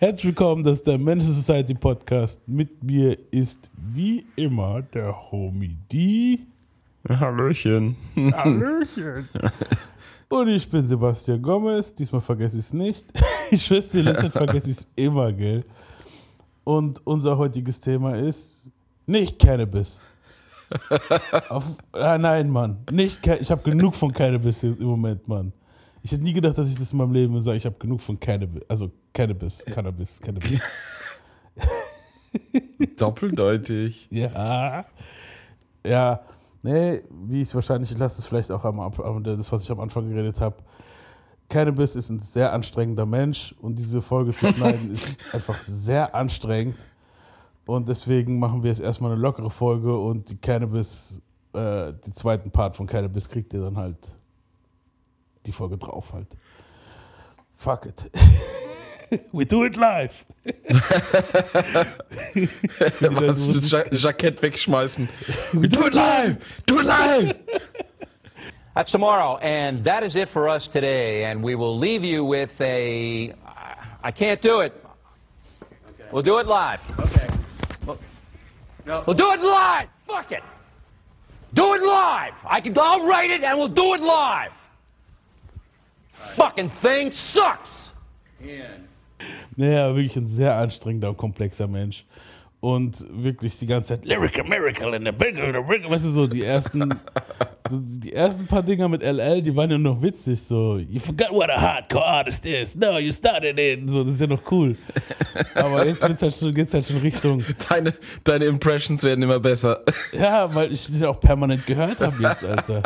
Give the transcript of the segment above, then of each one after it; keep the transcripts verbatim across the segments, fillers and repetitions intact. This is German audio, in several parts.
Herzlich willkommen, das ist der Menace Society Podcast. Mit mir ist wie immer der Homie D. Hallöchen. Hallöchen. Und ich bin Sebastian Gomez. Diesmal vergesse ich es nicht. Ich schwöre dir, letztes Mal vergesse ich es immer, gell? Und unser heutiges Thema ist nicht Cannabis. Auf, ah, nein, Mann. Nicht, ich habe genug von Cannabis im Moment, Mann. Ich hätte nie gedacht, dass ich das in meinem Leben sage, ich habe genug von Cannabis. Also Cannabis, Cannabis, Cannabis. Doppeldeutig. Ja. Ja. Nee, wie ich es wahrscheinlich, ich lasse es vielleicht auch am, das, was ich am Anfang geredet habe. Cannabis ist ein sehr anstrengender Mensch und diese Folge zu schneiden ist einfach sehr anstrengend. Und deswegen machen wir jetzt erstmal eine lockere Folge und die Cannabis, äh, die zweiten Part von Cannabis kriegt ihr dann halt die Folge drauf halt. Fuck it. We do it live. Was, das ja- Jackett wegschmeißen. We do it live. Do it live. That's tomorrow, and that is it for us today. And we will leave you with a. I can't do it. Okay. We'll do it live. Okay. We'll, no. We'll do it live. Fuck it. Do it live. I can. I'll write it, and we'll do it live. Right. Fucking thing sucks. Yeah. Naja, wirklich ein sehr anstrengender und komplexer Mensch. Und wirklich die ganze Zeit Lyrical Miracle in the Bigger, weißt du, so die ersten, so die ersten paar Dinger mit L L, die waren ja noch witzig, so you forgot what a hardcore artist is, no, you started it, so, das ist ja noch cool. Aber jetzt wird's halt schon, geht's halt schon Richtung. Deine, deine Impressions werden immer besser. Ja, weil ich den auch permanent gehört habe jetzt, Alter.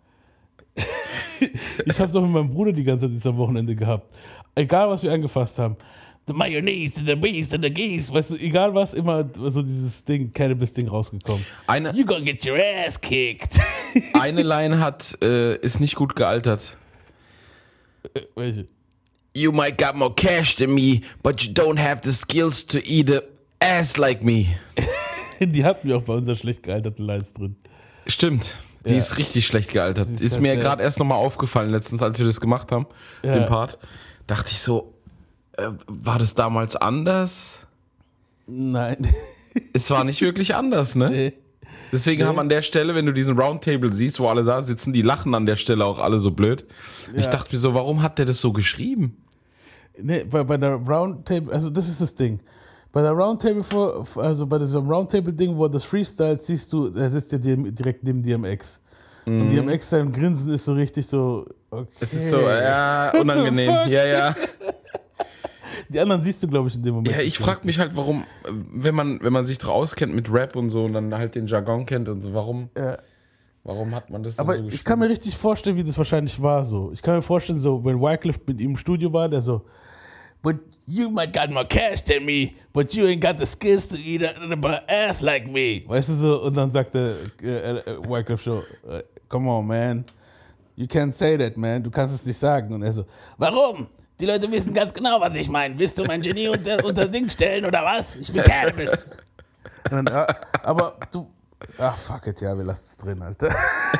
Ich hab's auch mit meinem Bruder die ganze Zeit dieses Wochenende gehabt. Egal, was wir angefasst haben. The Mayonnaise, the Beast, the Geese, weißt du, egal was, immer so dieses Ding, Cannabis-Ding rausgekommen. Eine, you gonna get your ass kicked. eine Line hat, äh, ist nicht gut gealtert. Äh, welche? You might got more cash than me, but you don't have the skills to eat a ass like me. Die hatten wir auch bei unseren schlecht gealterten Lines drin. Stimmt. Die ja. ist richtig schlecht gealtert. Ist, ist mir gerade erst nochmal aufgefallen, letztens, als wir das gemacht haben, ja. den Part. Dachte ich so, äh, war das damals anders? Nein. Es war nicht wirklich anders, ne? Nee. Deswegen nee. haben an der Stelle, wenn du diesen Roundtable siehst, wo alle da sitzen, die lachen an der Stelle auch alle so blöd. Ja. Ich dachte mir so, warum hat der das so geschrieben? Nee, bei, bei der Roundtable, also das ist das Ding. Bei der Roundtable, also bei diesem Roundtable-Ding, wo das Freestyle siehst du, er sitzt ja direkt neben D M X. Mhm. Und D M X, sein Grinsen ist so richtig so, okay. Es ist so, ja, unangenehm. Ja, ja. Die anderen siehst du, glaube ich, in dem Moment. Ja, ich frage mich halt, warum, wenn man, wenn man sich drauf auskennt mit Rap und so und dann halt den Jargon kennt und so, warum, ja. warum hat man das Aber so geschrieben? Ich kann mir richtig vorstellen, wie das wahrscheinlich war so. Ich kann mir vorstellen, so, wenn Wyclef mit ihm im Studio war, der so, but you might got more cash than me, but you ain't got the skills to eat a ass like me. Weißt du so? Und dann sagt der äh, äh, Wyclef so, come on, man. You can't say that, man. Du kannst es nicht sagen. Und er so, warum? Die Leute wissen ganz genau, was ich meine. Willst du mein Genie unter, unter Ding stellen oder was? Ich bin Cannabis. Dann, ja, aber du... Ach, fuck it, ja, wir lassen es drin, Alter.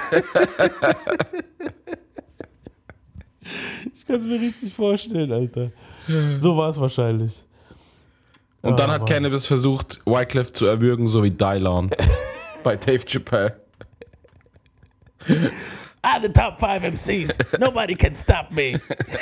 Ich kann es mir richtig vorstellen, Alter. So war es wahrscheinlich. Und oh, dann hat Mann. Cannabis versucht, Wyclef zu erwürgen, so wie Dylan bei Dave Chappelle. I'm the top five M Cs. Nobody can stop me.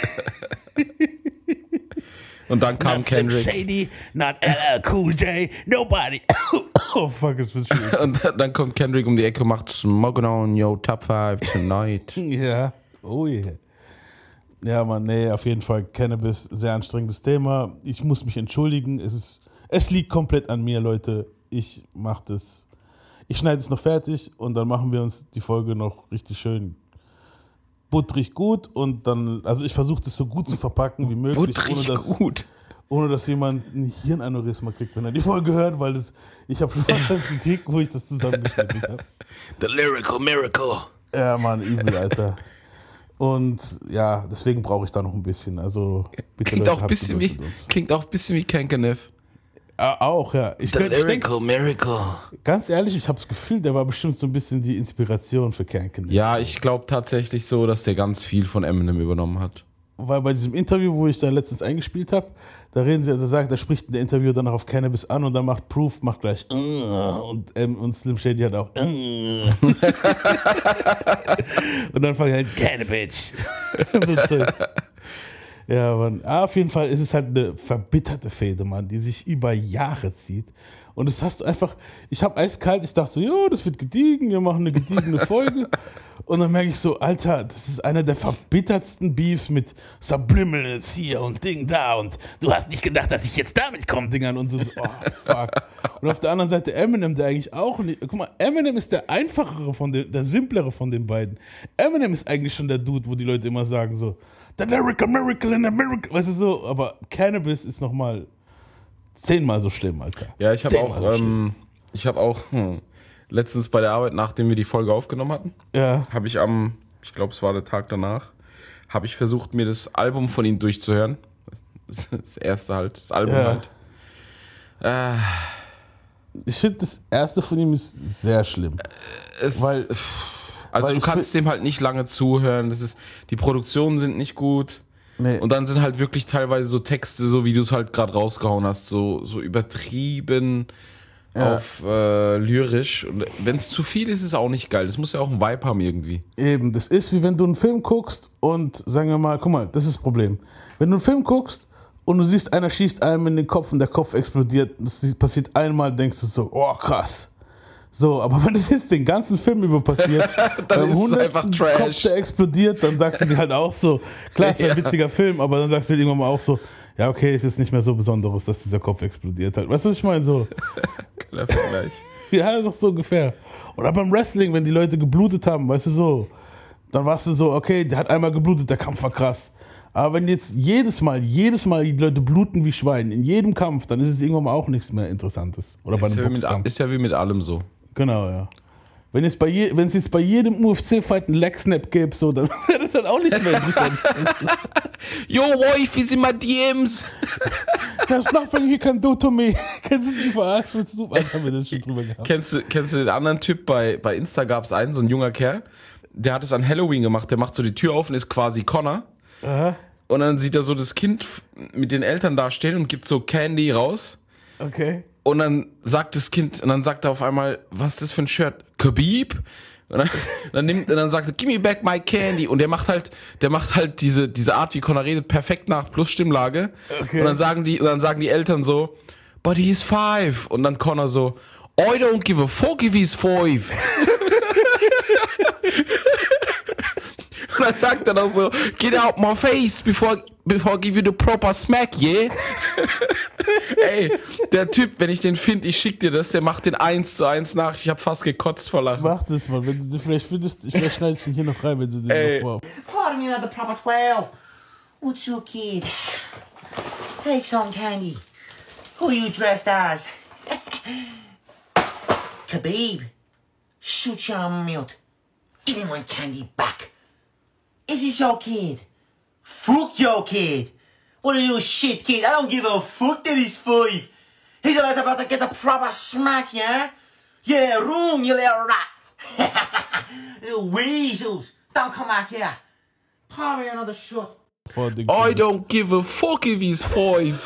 Und dann kam not Kendrick. Slim Shady, not L L Cool J, nobody. Oh fuck, es wird schwierig. Und dann kommt Kendrick um die Ecke und macht Smoking on your top five tonight. Ja, oh yeah. Ja, Mann, nee, auf jeden Fall Cannabis, sehr anstrengendes Thema. Ich muss mich entschuldigen. Es ist, es liegt komplett an mir, Leute. Ich mach das. Ich schneide es noch fertig und dann machen wir uns die Folge noch richtig schön butterig gut und dann, also ich versuche das so gut zu verpacken wie möglich, butterig ohne dass, gut. ohne dass jemand ein Hirnaneurysma kriegt, wenn er die Folge hört, weil das, ich habe schon fast eins gekriegt, wo ich das zusammengeschnitten habe. The Lyrical Miracle. Ja, Mann, übel, Alter. Und ja, deswegen brauche ich da noch ein bisschen. Also bitte klingt, Leute, auch bisschen wie, klingt auch ein bisschen wie Kankanev. Ah, auch, ja. Ich The könnt, Lyrical ich denk, Miracle. Ganz ehrlich, ich habe das Gefühl, der war bestimmt so ein bisschen die Inspiration für Kankanev. Ja, ich glaube tatsächlich so, dass der ganz viel von Eminem übernommen hat. weil bei diesem Interview, wo ich da letztens eingespielt habe, da reden sie, da sagt, da spricht der Interviewer dann auch auf Cannabis an und dann macht Proof, macht gleich uh, und, ähm, und Slim Shady hat auch uh. Und dann fangen halt Cannabis. So Zeug. Ja, Mann. Aber auf jeden Fall ist es halt eine verbitterte Fehde, Mann, die sich über Jahre zieht. Und das hast du einfach, ich habe eiskalt, ich dachte so, jo, das wird gediegen, wir machen eine gediegene Folge. Und dann merke ich so, Alter, das ist einer der verbittertsten Beefs mit Subliminals hier und Ding da und du hast nicht gedacht, dass ich jetzt damit komme, Dingern und so, so, oh, fuck. Und auf der anderen Seite Eminem, der eigentlich auch nicht, guck mal, Eminem ist der einfachere von den, der simplere von den beiden. Eminem ist eigentlich schon der Dude, wo die Leute immer sagen so, the lyrical miracle in America, weißt du so, aber Cannabis ist nochmal zehnmal so schlimm, Alter. Ja, ich habe auch, so ähm, ich habe auch hm, letztens bei der Arbeit, nachdem wir die Folge aufgenommen hatten, ja. habe ich am, ich glaube, es war der Tag danach, habe ich versucht, mir das Album von ihm durchzuhören. Das erste halt, das Album ja. halt. Äh, ich finde, das erste von ihm ist sehr schlimm. Es, weil, also weil du kannst dem halt nicht lange zuhören. Das ist, die Produktionen sind nicht gut. Nee. Und dann sind halt wirklich teilweise so Texte, so wie du es halt gerade rausgehauen hast, so, so übertrieben ja. auf äh, lyrisch. Und wenn es zu viel ist, ist es auch nicht geil. Das muss ja auch einen Vibe haben irgendwie. Eben, das ist wie wenn du einen Film guckst und sagen wir mal, guck mal, das ist das Problem. Wenn du einen Film guckst und du siehst, einer schießt einem in den Kopf und der Kopf explodiert, das passiert einmal, denkst du so, oh krass. So, aber wenn das jetzt den ganzen Film über passiert, dann ist es einfach Trash. Kopf, der explodiert, dann sagst du dir halt auch so, klar, es ist ein witziger Film, aber dann sagst du dir irgendwann mal auch so, ja okay, es ist nicht mehr so Besonderes, dass dieser Kopf explodiert hat. Weißt du, was ich meine? So. Klar, Vergleich. Ja, doch so ungefähr. Oder beim Wrestling, wenn die Leute geblutet haben, weißt du so, dann warst du so, okay, der hat einmal geblutet, der Kampf war krass. Aber wenn jetzt jedes Mal, jedes Mal die Leute bluten wie Schweine, in jedem Kampf, dann ist es irgendwann mal auch nichts mehr Interessantes. Oder bei einem ja Boxkampf. Ist ja wie mit allem so. Genau, ja. Wenn es bei je, wenn es jetzt bei jedem U F C-Fight einen Leg-Snap gäbe, so, dann wäre das halt auch nicht mehr interessant. Yo, wife is in my D Ms. There's nothing you can do to me. Kennst du die verarschen? Was haben wir das schon drüber gehabt? Kennst du, kennst du den anderen Typ? Bei, bei Insta gab es einen, so ein junger Kerl, der hat es an Halloween gemacht. Der macht so die Tür auf und ist quasi Connor. Aha. Und dann sieht er so das Kind mit den Eltern da stehen und gibt so Candy raus. Okay. Und dann sagt das Kind, und dann sagt er auf einmal, was ist das für ein Shirt? Khabib? Und dann, dann, nimmt, und dann sagt er, give me back my candy. Und der macht halt, der macht halt diese, diese Art, wie Connor redet, perfekt nach, plus Stimmlage. Okay. Und dann sagen die, und dann sagen die Eltern so, but he's five. Und dann Connor so, I don't give a fuck if he's five. Und dann sagt er noch so, get out my face before, before I give you the proper smack, yeah? Ey, der Typ, wenn ich den finde, ich schick dir das, der macht den eins zu eins nach. Ich hab fast gekotzt vor Lachen. Mach das mal, wenn du vielleicht findest, vielleicht schneide ich ihn hier noch rein, wenn du den Ey. noch vor. Pardon me, not the proper twelve. What's your kid? Take some candy. Who are you dressed as? Khabib. Shoot your mute. Give me my candy back. Is this your kid? Fuck your kid. What a little shit kid. I don't give a fuck that he's five. He's about to get a proper smack, yeah? Yeah, room, you little rat. Little weasels. Don't come back here. Pour me another shot. I don't give a fuck if he's five.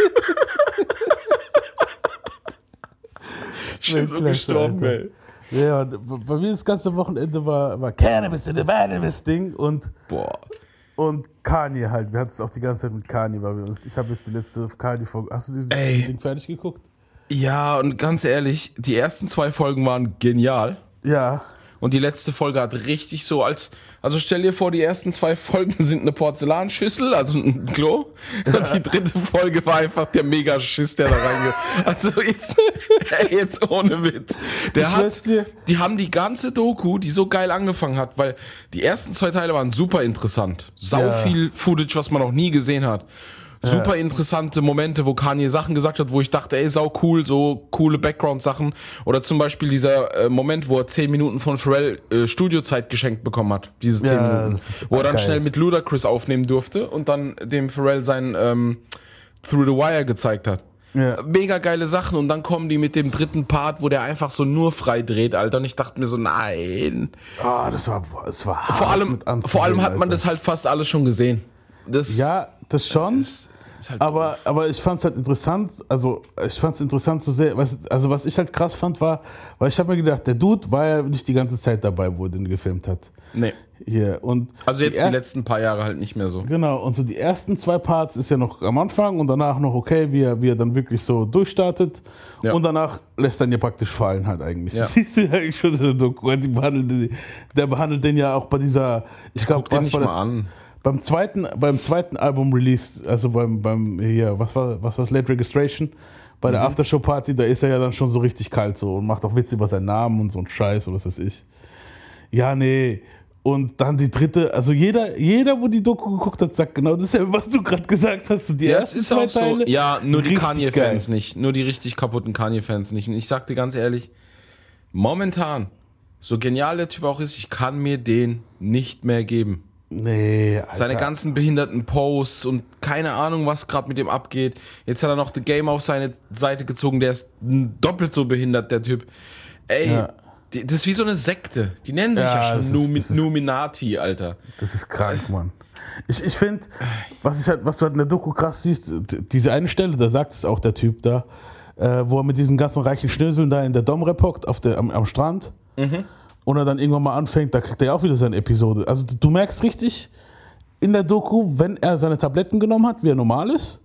Ich bin so gestorben, ey. Ja, bei mir das ganze Wochenende war, war Cannabis, the Cannabis Ding und boah. Und Kanye halt. Wir hatten es auch die ganze Zeit mit Kanye, weil wir uns. Ich habe jetzt die letzte Kanye-Folge. Hast du dieses Ey. Ding fertig geguckt? Ja, und ganz ehrlich, die ersten zwei Folgen waren genial. Ja. Und die letzte Folge hat richtig so als, also stell dir vor, die ersten zwei Folgen sind eine Porzellanschüssel, also ein Klo. Ja. Und die dritte Folge war einfach der Megaschiss, der da reingeht. Also jetzt, jetzt ohne Witz. Der ich hat, dir. Die haben die ganze Doku, die so geil angefangen hat, weil die ersten zwei Teile waren super interessant. Sau ja. viel Footage, was man noch nie gesehen hat. Super interessante Momente, wo Kanye Sachen gesagt hat, wo ich dachte, ey, sau cool, so coole Background-Sachen. Oder zum Beispiel dieser äh, Moment, wo er zehn Minuten von Pharrell äh, Studiozeit geschenkt bekommen hat. Diese zehn ja, Minuten. Wo er dann geil. schnell mit Ludacris aufnehmen durfte und dann dem Pharrell sein ähm, Through the Wire gezeigt hat. Ja. Mega geile Sachen und dann kommen die mit dem dritten Part, wo der einfach so nur frei dreht, Alter. Und ich dachte mir so, nein. Ah, oh, das war, das war hart vor allem, mit vor allem hat man Alter. das halt fast alles schon gesehen. das, ja, das schon. ist, ist halt aber, doof. aber ich fand es halt interessant, also ich fand es interessant zu sehen, was, also was ich halt krass fand war, weil ich habe mir gedacht, der Dude war ja nicht die ganze Zeit dabei, wo er den gefilmt hat. Nee. Hier. Und Also jetzt die, erst, die letzten paar Jahre halt nicht mehr so. Genau, und so die ersten zwei Parts ist ja noch am Anfang und danach noch okay, wie er, wie er dann wirklich so durchstartet. Ja. Und danach lässt er ihn ja praktisch fallen halt eigentlich. Ja. Das siehst du ja eigentlich schon in der Doku. Die behandelt den, der behandelt den ja auch bei dieser, ich glaube, Guck den nicht war mal das? an. Beim zweiten, beim zweiten Album-Release, also beim, beim hier, was war was war's, Late Registration, bei der Mhm. Aftershow-Party, da ist er ja dann schon so richtig kalt so und macht auch Witze über seinen Namen und so ein Scheiß oder was weiß ich. Ja, nee. Und dann die dritte, also jeder, jeder, wo die Doku geguckt hat, sagt genau dasselbe, was du gerade gesagt hast. Die Ja, es ersten ist zwei auch so. Teile, Ja, nur die richtig Kanye-Fans geil. nicht. Nur die richtig kaputten Kanye-Fans nicht. Und ich sag dir ganz ehrlich, momentan, so genial der Typ auch ist, ich kann mir den nicht mehr geben. Nee, Alter. Seine ganzen behinderten Posts und keine Ahnung, was gerade mit dem abgeht. Jetzt hat er noch The Game auf seine Seite gezogen, der ist doppelt so behindert, der Typ. Ey, Ja. die, das ist wie so eine Sekte. Die nennen sich ja, Ja, schon das ist- Numi- das ist- Numinati, Alter. Das ist krank, Mann. Ich, ich finde, was, ich halt, was du halt in der Doku krass siehst, d- diese eine Stelle, da sagt es auch der Typ da, äh, wo er mit diesen ganzen reichen Schnöseln da in der Domrep hockt, auf der, am, am Strand. Und er dann irgendwann mal anfängt, da kriegt er ja auch wieder seine Episode. Also du, du merkst richtig in der Doku, wenn er seine Tabletten genommen hat, wie er normal ist.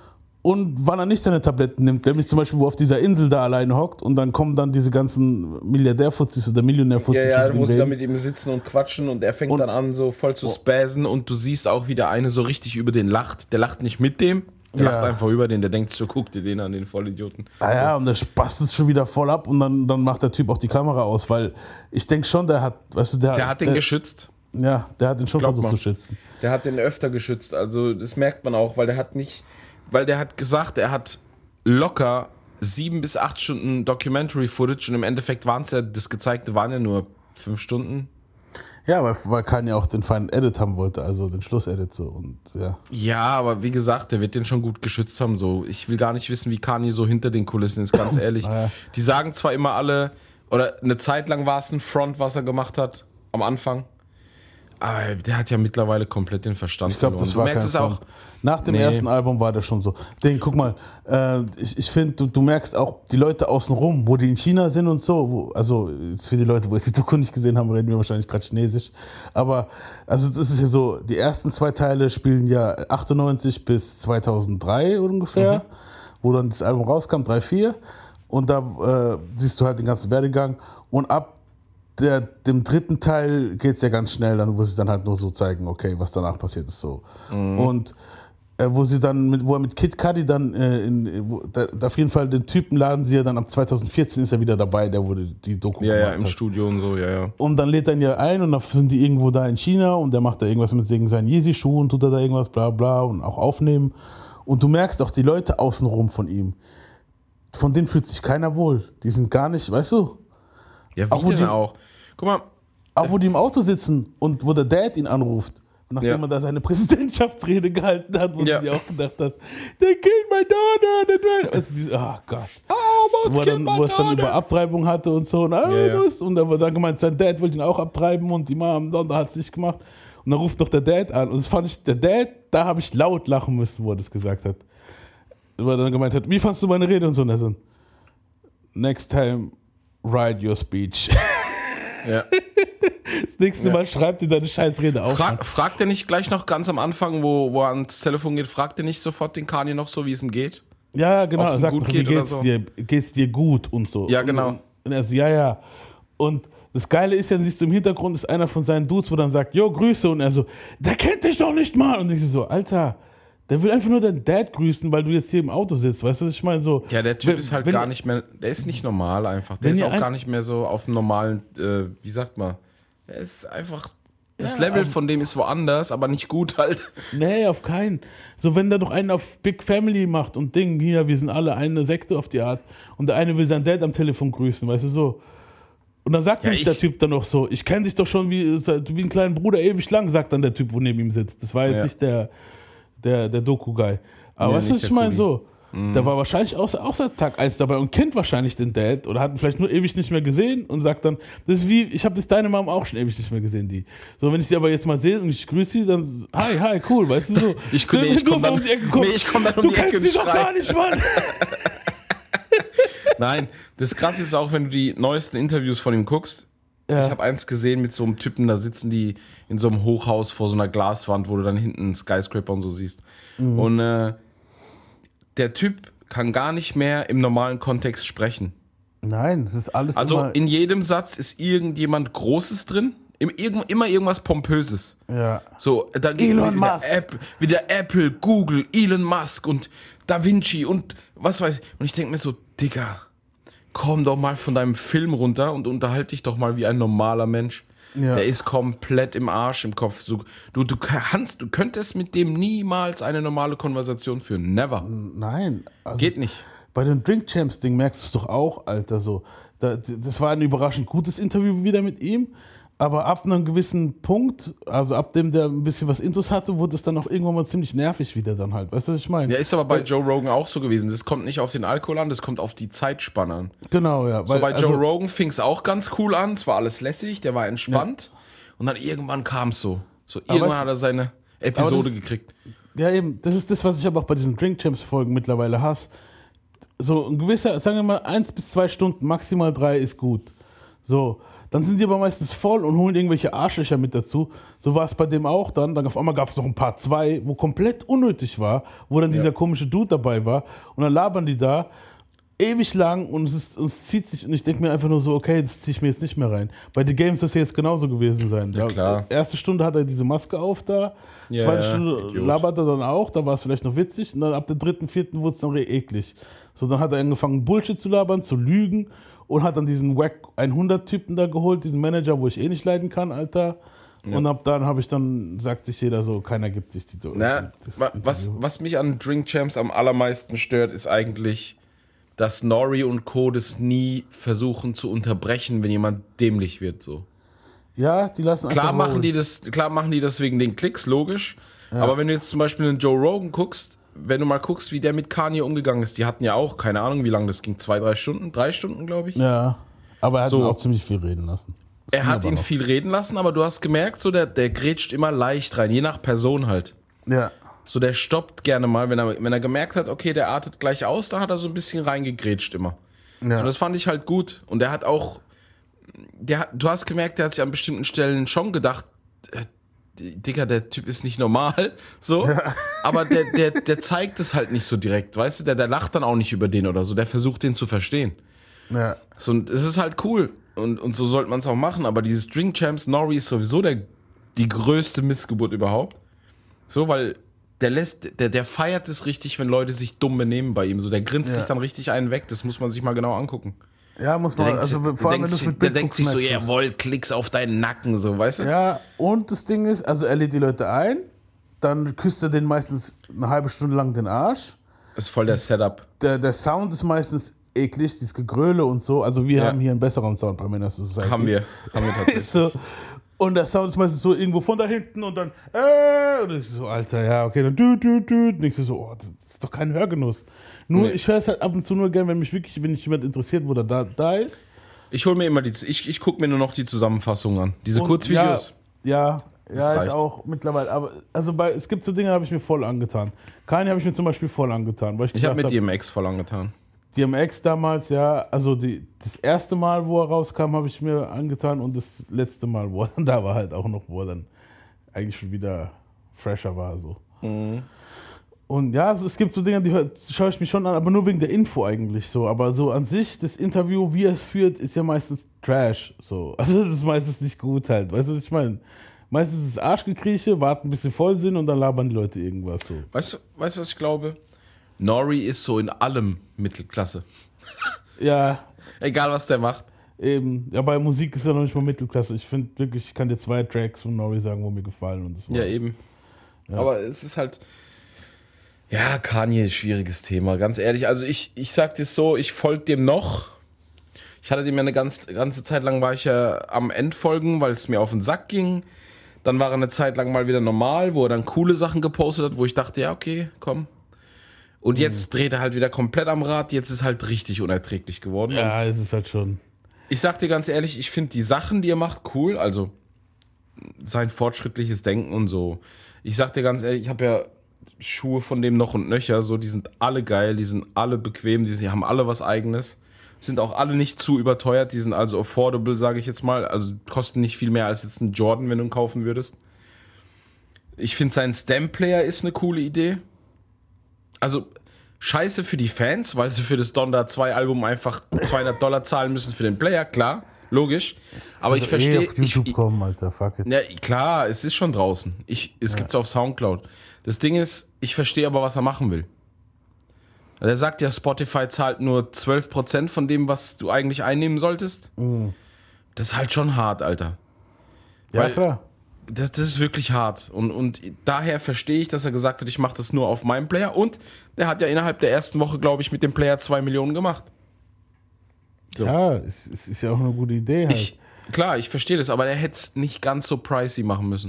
Und wann er nicht seine Tabletten nimmt, nämlich zum Beispiel, wo er auf dieser Insel da alleine hockt und dann kommen dann diese ganzen Milliardärfuzis oder Millionärfuzis. Ja, ja, mit ihm wo sie reden. da mit ihm sitzen und quatschen und er fängt Und- dann an, so voll zu spazen und du siehst auch, wie der eine so richtig über den lacht. Der lacht nicht mit dem, der Ja. lacht einfach über den, der denkt so, guck dir den an, den Vollidioten. Ah ja, und der spast es schon wieder voll ab und dann, dann macht der Typ auch die Kamera aus, weil ich denke schon, der hat, weißt du, der, Der hat den geschützt. Ja, der hat den schon Glaub versucht mal. zu schützen. Der hat den öfter geschützt, also das merkt man auch, weil der hat nicht, weil der hat gesagt, er hat locker sieben bis acht Stunden Documentary-Footage und im Endeffekt waren es ja, das gezeigte waren ja nur fünf Stunden. Ja, weil, weil Kanye auch den feinen Edit haben wollte, also den Schlussedit so und ja. Ja, aber wie gesagt, der wird den schon gut geschützt haben. So, ich will gar nicht wissen, wie Kanye so hinter den Kulissen ist, ganz ehrlich. Ja. Die sagen zwar immer alle, oder eine Zeit lang war es ein Front, was er gemacht hat, am Anfang. Aber der hat ja mittlerweile komplett den Verstand Ich glaube, das verloren. war Du merkst kein es auch. Front. Nach dem Nee. ersten Album war das schon so. Den, guck mal, äh, ich, ich finde, du, du merkst auch die Leute außenrum, wo die in China sind und so. Wo, also jetzt für die Leute, wo jetzt die Doku nicht gesehen haben, reden wir wahrscheinlich gerade Chinesisch. Aber also es ist ja so, die ersten zwei Teile spielen ja achtundneunzig bis zweitausenddrei ungefähr, wo dann das Album rauskam, drei, vier. Und da äh, siehst du halt den ganzen Werdegang. Und ab der, dem dritten Teil geht es ja ganz schnell, dann, wo sie dann halt nur so zeigen, okay, was danach passiert ist so. Und äh, wo sie dann, mit, wo er mit Kid Cudi dann, äh, in, wo, da, da auf jeden Fall den Typen laden sie ja dann ab zweitausendvierzehn ist er wieder dabei, der wurde die Doku Ja, ja, gemacht im hat. Studio und so, ja, ja. Und dann lädt er ihn ja ein und dann sind die irgendwo da in China und der macht da irgendwas mit seinen Yeezy-Schuhen, tut er da irgendwas, bla bla und auch aufnehmen. Und du merkst auch die Leute außenrum von ihm, von denen fühlt sich keiner wohl. Die sind gar nicht, weißt du, Ja, wie Auch wo denn die- auch? Guck mal, auch wo die im Auto sitzen und wo der Dad ihn anruft, nachdem Ja. er da seine Präsidentschaftsrede gehalten hat, wo Ja. du dir auch gedacht hast, they killed my daughter. they- Also diese, oh Gott. Wo, er dann, wo es dann über Abtreibung hatte und so. Und, ah, Ja, ja. was? und er war dann gemeint, sein Dad wollte ihn auch abtreiben und die Mom, dann hat es nicht gemacht. Und dann ruft doch der Dad an. Und das fand ich, der Dad, da habe ich laut lachen müssen, wo er das gesagt hat. Wo er dann gemeint hat, wie fandst du meine Rede und so. Und er so, next time, write your speech. ja. Das nächste Mal schreibt dir deine Scheißrede auf. Frag, fragt er nicht gleich noch ganz am Anfang, wo, wo er ans Telefon geht, fragt er nicht sofort den Kanye noch so, wie es ihm geht? Ja, genau. Ob's Er ihm sagt gut noch, wie geht oder geht's so. dir? Geht's dir gut und so. Ja, genau. Und, und er so, ja, ja. Und das Geile ist ja, dann siehst du im Hintergrund, ist einer von seinen Dudes, wo dann sagt, jo, Grüße. Und er so, der kennt dich doch nicht mal. Und ich so, Alter, der will einfach nur deinen Dad grüßen, weil du jetzt hier im Auto sitzt. Weißt du, was ich meine? So, Ja, der Typ wenn- ist halt wenn- gar nicht mehr, der ist nicht normal einfach. Der Wenn ist ihr auch ein- gar nicht mehr so auf dem normalen, äh, wie sagt man, der ist einfach, das Ja, Level aber- von dem ist woanders, aber nicht gut halt. Nee, auf keinen. So, wenn der doch einen auf Big Family macht und Ding, hier, wir sind alle eine Sekte auf die Art und der eine will seinen Dad am Telefon grüßen, weißt du, so. Und dann sagt Ja, nämlich der ich- Typ dann noch so, ich kenne dich doch schon wie, wie ein kleiner Bruder ewig lang, sagt dann der Typ, wo neben ihm sitzt. Das war jetzt Ja. nicht der, der, der Doku-Guy. Aber Ja, weißt du, nicht was ich der meine? Kuli. So, Mhm. Der war wahrscheinlich auch, auch seit Tag eins dabei und kennt wahrscheinlich den Dad oder hat ihn vielleicht nur ewig nicht mehr gesehen und sagt dann, das ist wie, ich habe das deine Mom auch schon ewig nicht mehr gesehen, die. So, wenn ich sie aber jetzt mal sehe und ich grüße sie, dann, hi, hi, cool, weißt du so. Ich, nee, ich komme dann, um die Ecke komm, nee, ich komm dann um du die Ecke kennst sie doch gar nicht, Mann. Nein, das Krasse ist auch, wenn du die neuesten Interviews von ihm guckst. Ja. Ich habe eins gesehen mit so einem Typen, da sitzen die in so einem Hochhaus vor so einer Glaswand, wo du dann hinten einen Skyscraper und so siehst. Mhm. Und äh, der Typ kann gar nicht mehr im normalen Kontext sprechen. Nein, das ist alles Also immer in jedem Satz ist irgendjemand Großes drin, immer irgendwas Pompöses. Ja. So, da Elon wieder Musk. Apple, wieder Apple, Google, Elon Musk und Da Vinci und was weiß ich. Und ich denke mir so, Digga, komm doch mal von deinem Film runter und unterhalte dich doch mal wie ein normaler Mensch. Ja. Der ist komplett im Arsch im Kopf. So, du, du, kannst, du könntest mit dem niemals eine normale Konversation führen. Never. Nein. Also geht nicht. Bei dem Drink Champs Ding merkst du es doch auch, Alter. So. Das war ein überraschend gutes Interview wieder mit ihm. Aber ab einem gewissen Punkt, also ab dem der ein bisschen was Intus hatte, wurde es dann auch irgendwann mal ziemlich nervig wieder dann halt. Weißt du, was ich meine? Ja, ist aber bei weil, Joe Rogan auch so gewesen. Das kommt nicht auf den Alkohol an, das kommt auf die Zeitspanne an. Genau, ja. Weil, so bei Joe also, Rogan fing es auch ganz cool an, es war alles lässig, der war entspannt. Ja. Und dann irgendwann kam es so. So irgendwann aber hat er seine Episode das, gekriegt. Ja, eben, das ist das, was ich aber auch bei diesen Drink Champs Folgen mittlerweile hasse. So ein gewisser, sagen wir mal, eins bis zwei Stunden, maximal drei ist gut. So. Dann sind die aber meistens voll und holen irgendwelche Arschlöcher mit dazu. So war es bei dem auch dann. Dann auf einmal gab es noch ein paar zwei, wo komplett unnötig war, wo dann ja. dieser komische Dude dabei war. Und dann labern die da ewig lang und es, ist, und es zieht sich. Und ich denke mir einfach nur so, okay, das ziehe ich mir jetzt nicht mehr rein. Bei The Games soll es ja jetzt genauso gewesen sein. Ja, klar. Erste Stunde hat er diese Maske auf da. Ja, zweite Stunde Idiot. labert er dann auch. Da war es vielleicht noch witzig. Und dann ab der dritten, vierten wurde es dann eklig. So, dann hat er angefangen, Bullshit zu labern, zu lügen. Und hat dann diesen Wack hundert-Typen da geholt, diesen Manager, wo ich eh nicht leiden kann, Alter. Ja. Und ab dann habe ich dann, sagt sich jeder so, keiner gibt sich die. Na, was, was mich an Drink Champs am allermeisten stört, ist eigentlich, dass Nori und Co. das nie versuchen zu unterbrechen, wenn jemand dämlich wird. So. Ja, die lassen klar einfach machen die das, Klar machen die das wegen den Klicks, logisch. Ja. Aber wenn du jetzt zum Beispiel einen Joe Rogan guckst, wenn du mal guckst, wie der mit Kanye umgegangen ist, die hatten ja auch, keine Ahnung, wie lange das ging, zwei, drei Stunden, drei Stunden, glaube ich. Ja, aber er hat so. ihn auch ziemlich viel reden lassen. Das er hat ihn noch. viel reden lassen, aber du hast gemerkt, so der, der grätscht immer leicht rein, je nach Person halt. Ja. So der stoppt gerne mal, wenn er, wenn er gemerkt hat, okay, der artet gleich aus, da hat er so ein bisschen reingegrätscht immer. Ja. Und das fand ich halt gut. Und der hat auch, der, du hast gemerkt, der hat sich an bestimmten Stellen schon gedacht, äh, Digga, der Typ ist nicht normal, so, ja. aber der, der, der zeigt es halt nicht so direkt, weißt du, der, der lacht dann auch nicht über den oder so, der versucht den zu verstehen. Ja. So, und es ist halt cool und, und so sollte man es auch machen, aber dieses Drink Champs, Nori ist sowieso der, die größte Missgeburt überhaupt, so, weil der lässt, der, der feiert es richtig, wenn Leute sich dumm benehmen bei ihm, so, der grinst ja. sich dann richtig einen weg, das muss man sich mal genau angucken. Ja, muss man, der also denkt, vor allem, wenn du mit Der denkt sich so, jawohl, Klicks auf deinen Nacken, so, weißt du? Ja, und das Ding ist, also er lädt die Leute ein, dann küsst er denen meistens eine halbe Stunde lang den Arsch. Das ist voll der das, Setup. Der, der Sound ist meistens eklig, dieses Gegröle und so, also wir ja. haben hier einen besseren Sound bei Männer Society. Haben wir, haben wir tatsächlich. so. Und der Sound ist meistens so irgendwo von da hinten und dann, äh, und ich so, Alter, ja, okay, dann du, du, du. Und ich so, oh, das ist doch kein Hörgenuss. Nur, nee. ich höre es halt ab und zu nur gern, wenn mich wirklich, wenn mich jemand interessiert, wo der da, da ist. Ich hole mir immer die, ich, ich gucke mir nur noch die Zusammenfassung an. Diese und, Kurzvideos. Ja, ja, ja ich auch mittlerweile. Aber also bei, es gibt so Dinge, habe ich mir voll angetan. Keine habe ich mir zum Beispiel voll angetan. Weil ich ich habe mir D M X voll angetan. D M X damals, ja, also die, das erste Mal, wo er rauskam, habe ich mir angetan und das letzte Mal, wo er dann da war, halt auch noch, wo er dann eigentlich schon wieder fresher war. So. Mhm. Und ja, also es gibt so Dinge, die schaue ich mir schon an, aber nur wegen der Info eigentlich so. Aber so an sich, das Interview, wie er es führt, ist ja meistens Trash. So. Also das ist meistens nicht gut halt. Weißt du, was ich meine? Meistens ist es Arschgekrieche, warten bis sie voll sind und dann labern die Leute irgendwas so. Weißt du, weißt, was ich glaube? Nori ist so in allem Mittelklasse. Ja. Egal, was der macht. Eben. Ja, bei Musik ist ja noch nicht mal Mittelklasse. Ich finde wirklich, ich kann dir zwei Tracks von Nori sagen, wo mir gefallen. Und das ja, eben. Ja. Aber es ist halt... Ja, Kanye ist ein schwieriges Thema, ganz ehrlich. Also ich, ich sag dir so, ich folge dem noch. Ich hatte dem ja eine ganz, ganze Zeit lang, war ich ja am Endfolgen, weil es mir auf den Sack ging. Dann war er eine Zeit lang mal wieder normal, wo er dann coole Sachen gepostet hat, wo ich dachte, ja, okay, komm. Und jetzt dreht er halt wieder komplett am Rad. Jetzt ist halt richtig unerträglich geworden. Ja, es ist halt schon. Ich sag dir ganz ehrlich, ich finde die Sachen, die er macht, cool. Also sein fortschrittliches Denken und so. Ich sag dir ganz ehrlich, ich habe ja Schuhe von dem noch und nöcher. So, die sind alle geil, die sind alle bequem, die, die haben alle was Eigenes. Sind auch alle nicht zu überteuert. Die sind also affordable, sage ich jetzt mal. Also kosten nicht viel mehr als jetzt ein Jordan, wenn du ihn kaufen würdest. Ich finde, sein Stamp-Player ist eine coole Idee. Also scheiße für die Fans, weil sie für das Donda zwei Album einfach zweihundert Dollar zahlen müssen für den Player, klar, logisch. Aber ich verstehe. Eh auf YouTube ich, kommen, Alter, fuck it. Ja, klar, es ist schon draußen. Ich, es ja. gibt's auf Soundcloud. Das Ding ist, ich verstehe aber, was er machen will. Also er sagt ja, Spotify zahlt nur zwölf Prozent von dem, was du eigentlich einnehmen solltest. Mhm. Das ist halt schon hart, Alter. Ja, weil, klar. Das, das ist wirklich hart. Und, und daher verstehe ich, dass er gesagt hat, ich mache das nur auf meinem Player. Und der hat ja innerhalb der ersten Woche, glaube ich, mit dem Player zwei Millionen gemacht. So. Ja, es, es ist ja auch eine gute Idee halt. Ich, klar, ich verstehe das, aber der hätte es nicht ganz so pricey machen müssen.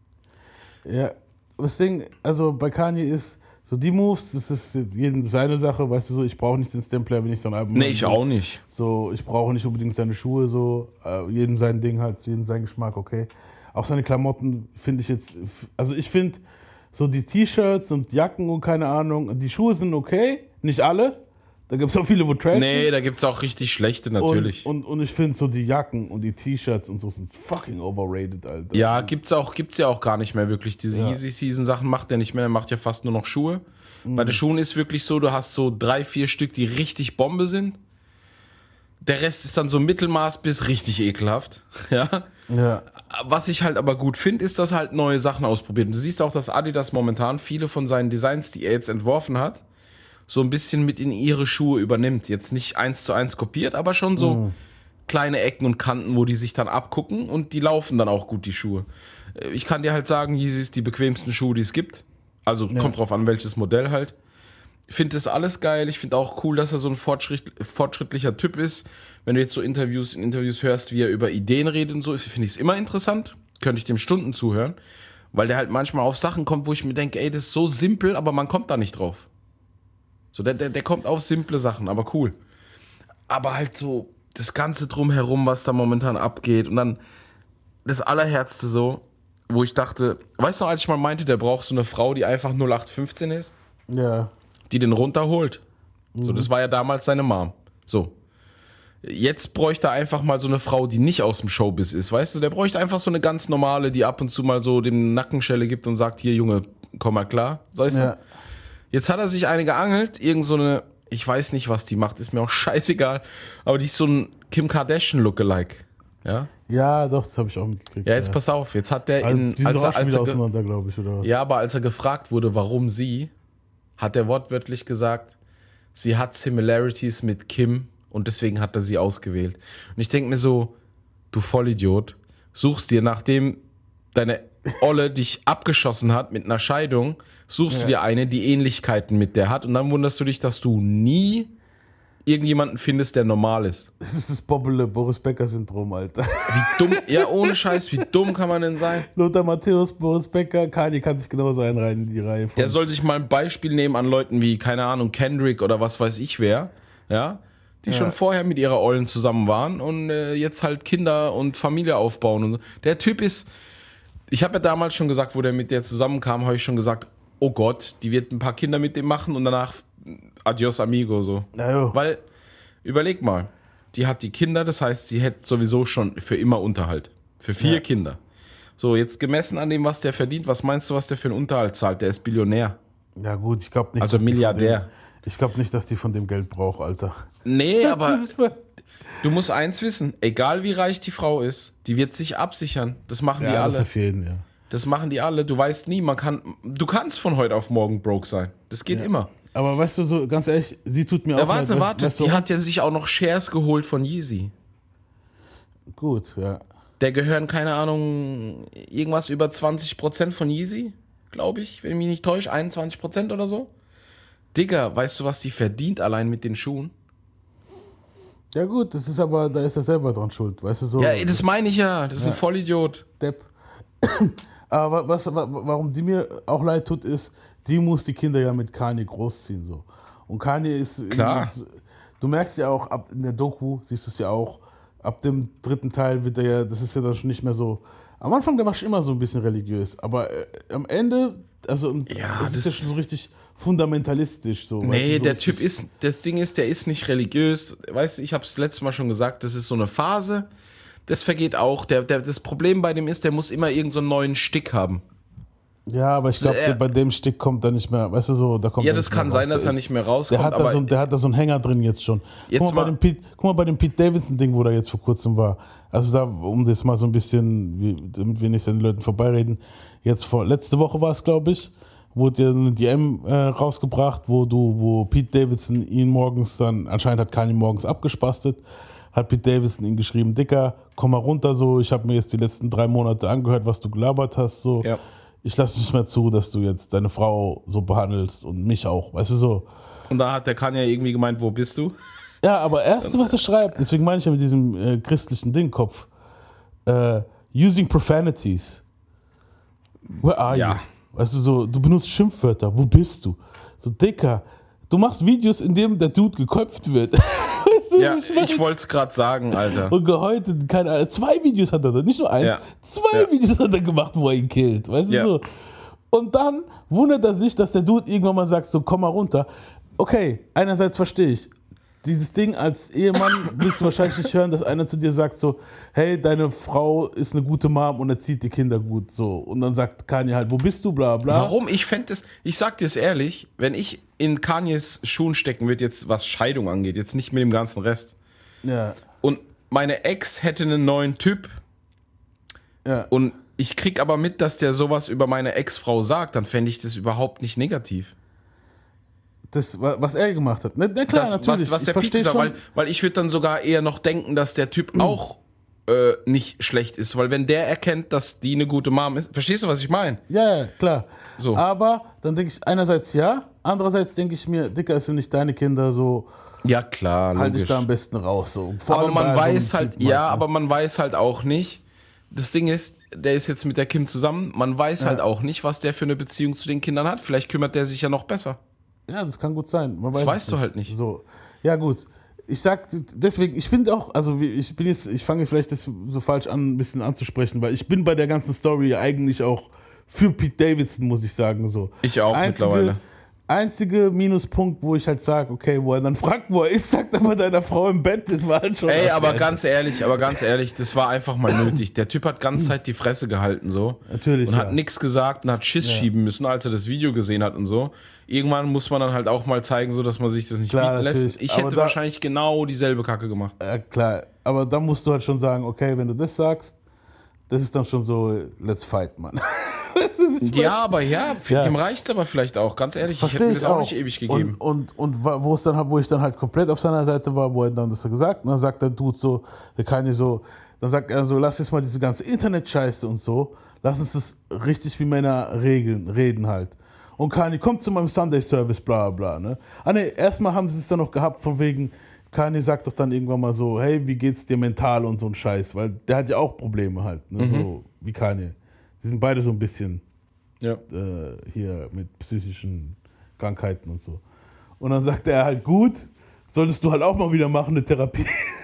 Ja, das Ding, also bei Kanye ist, so die Moves, das ist jedem seine Sache, weißt du so, ich brauche nicht den Stamp-Player, wenn ich so ein Album Nee, ich auch nicht. So, ich brauche nicht unbedingt seine Schuhe, so, äh, jedem sein Ding halt, jedem sein Geschmack, okay. Auch seine Klamotten finde ich jetzt, also ich finde so die T-Shirts und Jacken und keine Ahnung, die Schuhe sind okay, nicht alle. Da gibt es auch viele, wo Trash Nee, sind. da gibt es auch richtig schlechte, natürlich. Und, und, und ich finde so die Jacken und die T-Shirts und so sind fucking overrated, Alter. Ja, gibt's auch, gibt's ja auch gar nicht mehr wirklich. Diese Ja. Easy Season Sachen macht er nicht mehr, er macht ja fast nur noch Schuhe. Mhm. Bei den Schuhen ist wirklich so, du hast so drei, vier Stück, die richtig Bombe sind. Der Rest ist dann so Mittelmaß bis richtig ekelhaft. Ja. Ja. Was ich halt aber gut finde, ist, dass er halt neue Sachen ausprobiert. Und du siehst auch, dass Adidas momentan viele von seinen Designs, die er jetzt entworfen hat, so ein bisschen mit in ihre Schuhe übernimmt. Jetzt nicht eins zu eins kopiert, aber schon so mhm. kleine Ecken und Kanten, wo die sich dann abgucken und die laufen dann auch gut, die Schuhe. Ich kann dir halt sagen, Yeezy ist die bequemsten Schuhe, die es gibt. Also ja. kommt drauf an, welches Modell halt. Ich finde das alles geil. Ich finde auch cool, dass er so ein fortschritt, fortschrittlicher Typ ist. Wenn du jetzt so Interviews in Interviews hörst, wie er über Ideen redet und so, finde ich es immer interessant. Könnte ich dem Stunden zuhören. Weil der halt manchmal auf Sachen kommt, wo ich mir denke, ey, das ist so simpel, aber man kommt da nicht drauf. So, der, der, der kommt auf simple Sachen, aber cool. Aber halt so das Ganze drumherum, was da momentan abgeht. Und dann das Allerherzte so, wo ich dachte, weißt du noch, als ich mal meinte, der braucht so eine Frau, die einfach null acht fünfzehn ist? Ja. Die den runterholt. Mhm. So, das war ja damals seine Mom. So. Jetzt bräuchte er einfach mal so eine Frau, die nicht aus dem Showbiz ist, weißt du? Der bräuchte einfach so eine ganz normale, die ab und zu mal so dem Nackenschelle gibt und sagt, hier Junge, komm mal klar, weißt du? Ja. Jetzt hat er sich eine geangelt, irgend so eine, ich weiß nicht, was die macht, ist mir auch scheißegal, aber die ist so ein Kim Kardashian Lookalike, ja? Ja, doch, das habe ich auch mitgekriegt. Ja, jetzt ja. pass auf, jetzt hat der also, in, die sind als er, auch schon als wieder er ge- auseinander, glaube ich, oder was? Ja, aber als er gefragt wurde, warum sie, hat er wortwörtlich gesagt, sie hat Similarities mit Kim und deswegen hat er sie ausgewählt. Und ich denke mir so, du Vollidiot, suchst dir, nachdem deine Olle dich abgeschossen hat mit einer Scheidung, suchst ja. du dir eine, die Ähnlichkeiten mit der hat und dann wunderst du dich, dass du nie irgendjemanden findest, der normal ist. Das ist das Bobbele Boris Becker-Syndrom, Alter. Wie dumm, ja ohne Scheiß, wie dumm kann man denn sein? Lothar Matthäus, Boris Becker, Kanye kann sich genauso einreihen in die Reihe. Von Der soll sich mal ein Beispiel nehmen an Leuten wie, keine Ahnung, Kendrick oder was weiß ich wer, ja, die ja. schon vorher mit ihrer Ollen zusammen waren und äh, jetzt halt Kinder und Familie aufbauen und so. Der Typ ist, ich habe ja damals schon gesagt, wo der mit der zusammenkam, habe ich schon gesagt, oh Gott, die wird ein paar Kinder mit dem machen und danach adios amigo, so. Ja, weil, überleg mal, die hat die Kinder, das heißt, sie hätte sowieso schon für immer Unterhalt. Für vier ja. Kinder. So, jetzt gemessen an dem, was der verdient, was meinst du, was der für einen Unterhalt zahlt? Der ist Billionär. Ja gut, ich glaube nicht. Also Milliardär. Dem, ich glaube nicht, dass die von dem Geld braucht, Alter. Nee, aber du musst eins wissen, egal wie reich die Frau ist, die wird sich absichern. Das machen ja, die alle. Das auf jeden, ja. Das machen die alle. Du weißt nie, man kann, du kannst von heute auf morgen broke sein. Das geht ja. immer. Aber weißt du, so ganz ehrlich, sie tut mir ja, auch warte, leid. warte, weißt du, die hat ja sich auch noch Shares geholt von Yeezy. Gut, ja. Der gehören, keine Ahnung, irgendwas über zwanzig Prozent von Yeezy, glaube ich, wenn ich mich nicht täusche, einundzwanzig Prozent oder so. Digga, weißt du, was die verdient allein mit den Schuhen? Ja gut, das ist aber, da ist er selber dran schuld, weißt du so. Ja, das meine ich ja, das ist ja. ein Vollidiot. Depp. Aber was, warum die mir auch leid tut, ist, die muss die Kinder ja mit Kanye großziehen. So. Und Kanye ist, Klar. du merkst ja auch, ab in der Doku siehst du es ja auch, ab dem dritten Teil wird er ja, das ist ja dann schon nicht mehr so, am Anfang, der war schon immer so ein bisschen religiös, aber äh, am Ende, also Ja, das ist das- ja schon so richtig fundamentalistisch. So, weißt Nee, du, so der richtig- Typ ist, das Ding ist, der ist nicht religiös. Weißt du, ich habe es letztes Mal schon gesagt, das ist so eine Phase, das vergeht auch. Der, der, das Problem bei dem ist, der muss immer irgend so einen neuen Stick haben. Ja, aber ich glaube, Er- bei dem Stick kommt er nicht mehr, weißt du so, da kommt Ja, er das nicht mehr kann sein, raus. dass er nicht mehr rauskommt. Der hat, da aber so, der hat da so einen Hänger drin jetzt schon. Jetzt guck, mal mal- bei dem Pete, guck mal bei dem Pete Davidson-Ding, wo der jetzt vor kurzem war. Also da, um das mal so ein bisschen, wie- damit wir nicht an den Leuten vorbeireden, jetzt vor, letzte Woche war es, glaube ich, wurde ja eine D M äh, rausgebracht, wo du, wo Pete Davidson ihn morgens dann, anscheinend hat Kanye morgens abgespastet, hat Pete Davidson ihn geschrieben, Dicker, komm mal runter so, ich habe mir jetzt die letzten drei Monate angehört, was du gelabert hast, so. Ja. Ich lasse nicht mehr zu, dass du jetzt deine Frau so behandelst und mich auch, weißt du so. Und da hat der Kanye irgendwie gemeint, wo bist du? Ja, aber erste, was er schreibt, deswegen meine ich ja mit diesem äh, christlichen Dingkopf, äh, using profanities. Where are Ja. you? Weißt du, so, du benutzt Schimpfwörter, wo bist du? So, Dicker, du machst Videos, in denen der Dude geköpft wird. Weißt du, Ja, was meine? ich wollte es gerade sagen, Alter. Und gehäutet, keine Ahnung, zwei Videos hat er da, nicht nur eins, Ja. zwei Ja. Videos hat er gemacht, wo er ihn killt, weißt Ja. du so. Und dann wundert er sich, dass der Dude irgendwann mal sagt, so komm mal runter. Okay, einerseits verstehe ich, dieses Ding als Ehemann wirst du wahrscheinlich nicht hören, dass einer zu dir sagt so, hey, deine Frau ist eine gute Mom und erzieht die Kinder gut, so. Und dann sagt Kanye halt, wo bist du, bla bla. Warum? Ich fände es, ich sag dir es ehrlich, wenn ich in Kanyes Schuhen stecken würde, jetzt was Scheidung angeht, jetzt nicht mit dem ganzen Rest, Ja, und meine Ex hätte einen neuen Typ ja. und ich krieg aber mit, dass der sowas über meine Ex-Frau sagt, dann fände ich das überhaupt nicht negativ. Das, wa- was er gemacht hat. Na, na klar, Das, natürlich. was, was ich der verstehe Pete sagt, schon. weil, weil ich würde dann sogar eher noch denken, dass der Typ auch äh, nicht schlecht ist, weil wenn der erkennt, dass die eine gute Mom ist, verstehst du, was ich meine? Ja, ja, klar. So. Aber dann denke ich einerseits ja, andererseits denke ich mir, Dicker, es sind nicht deine Kinder, so Ja, klar, halte ich logisch. da am besten raus. So. Vor Aber allem man bei so einem weiß halt, Typen ja, halt, ne? aber man weiß halt auch nicht. Das Ding ist, der ist jetzt mit der Kim zusammen. Man weiß halt auch nicht, was der für eine Beziehung zu den Kindern hat. Vielleicht kümmert der sich ja noch besser. Ja, das kann gut sein. Man weiß Das weißt es du halt nicht. So. Ja, gut. Ich sag deswegen, ich finde auch, also wie- ich bin jetzt, ich fange vielleicht das so falsch an, ein bisschen anzusprechen, weil ich bin bei der ganzen Story eigentlich auch für Pete Davidson, muss ich sagen. So. Ich auch mittlerweile. Einzige Minuspunkt, wo ich halt sage, okay, wo er dann fragt, wo er ist, sagt er bei deiner Frau im Bett, das war halt schon. Ey, aber Alter. ganz ehrlich, aber ganz ehrlich, das war einfach mal nötig. Der Typ hat ganz Zeit die Fresse gehalten so. Natürlich, Und hat ja. nichts gesagt und hat Schiss schieben müssen, als er das Video gesehen hat und so. Irgendwann muss man dann halt auch mal zeigen, so dass man sich das nicht Klar, bieten lässt. natürlich. Ich Aber hätte da- wahrscheinlich genau dieselbe Kacke gemacht. Ja, klar, aber da musst du halt schon sagen, okay, wenn du das sagst, das ist dann schon so, let's fight, Mann. Weißt du, was ich Ja, aber ja, für Ja. dem reicht's aber vielleicht auch. Ganz ehrlich, ich hätte Verstehe mir ich das auch auch. nicht ewig gegeben. Und, und, und wa- wo es dann halt, wo ich dann halt komplett auf seiner Seite war, wo er dann das gesagt, und dann sagt der Dude so, der Kanye so, dann sagt er so, lass jetzt mal diese ganze Internet-Scheiße und so, lass uns das richtig wie Männer regeln, reden halt. Und Kanye kommt zu meinem Sunday-Service, bla bla, ne. Ah ne, erstmal haben sie es dann noch gehabt, von wegen, Kanye sagt doch dann irgendwann mal so, hey, wie geht's dir mental und so ein Scheiß, weil der hat ja auch Probleme halt, ne, so wie Kanye. Die sind beide so ein bisschen Ja. äh, hier mit psychischen Krankheiten und so. Und dann sagt er halt, gut, solltest du halt auch mal wieder machen, eine Therapie.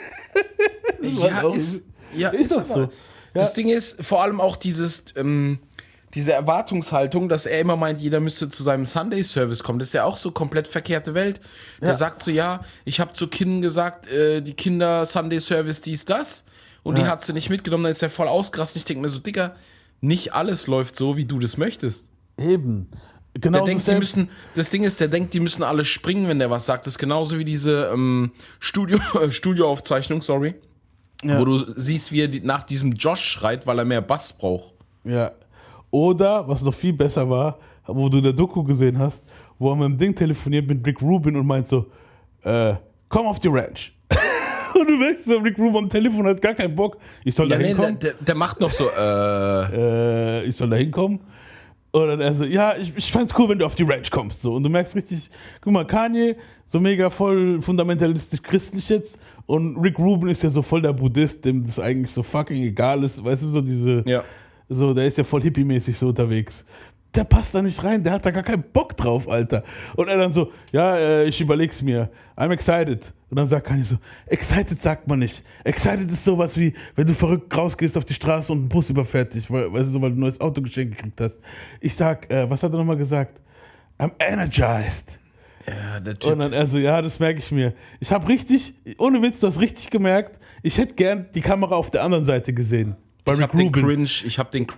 Das war Ja, auch- ist, ja, ist doch so. aber- Das Ding ist vor allem auch dieses, ähm, diese Erwartungshaltung, dass er immer meint, jeder müsste zu seinem Sunday-Service kommen. Das ist ja auch so komplett verkehrte Welt. Der Ja. sagt so, ja, ich habe zu Kindern gesagt, äh, die Kinder Sunday-Service, dies, das. Und die Ja. hat sie nicht mitgenommen, dann ist er voll ausgerastet. Ich denke mir so, Digga, nicht alles läuft so, wie du das möchtest. Eben. Der Genau denkt, die müssen, das Ding ist, der denkt, die müssen alle springen, wenn der was sagt. Das ist genauso wie diese ähm, Studio, äh, Studioaufzeichnung, sorry. Ja. Wo du siehst, wie er die, nach diesem Josh schreit, weil er mehr Bass braucht. Ja. Oder, was noch viel besser war, wo du in der Doku gesehen hast, wo er mit dem Ding telefoniert mit Rick Rubin und meint so, äh, komm auf die Ranch. Und du merkst so, Rick Rubin am Telefon hat gar keinen Bock. Ich soll da Ja, nee, der, hinkommen. der, der macht noch so, äh, äh, ich soll da hinkommen. Und dann er so, ja, ich, ich fand's cool, wenn du auf die Ranch kommst. So. Und du merkst richtig, guck mal, Kanye, so mega voll fundamentalistisch christlich jetzt. Und Rick Rubin ist ja so voll der Buddhist, dem das eigentlich so fucking egal ist. Weißt du, so diese, Ja. so, der ist ja voll hippie-mäßig so unterwegs. der passt da nicht rein, der hat da gar keinen Bock drauf, Alter. Und er dann so, ja, äh, ich überleg's mir, I'm excited. Und dann sagt Kanye so, excited sagt man nicht. Excited ist sowas wie, wenn du verrückt rausgehst auf die Straße und ein Bus überfährt dich, weil, weißt du, weil du ein neues Auto geschenkt gekriegt hast. Ich sag, äh, was hat er nochmal gesagt? I'm energized. Ja, der Typ. Und dann er so, ja, das merke ich mir. Ich habe richtig, ohne Witz, du hast richtig gemerkt, ich hätte gern die Kamera auf der anderen Seite gesehen. Bei ich Rick hab den Rubin. Cringe, ich hab den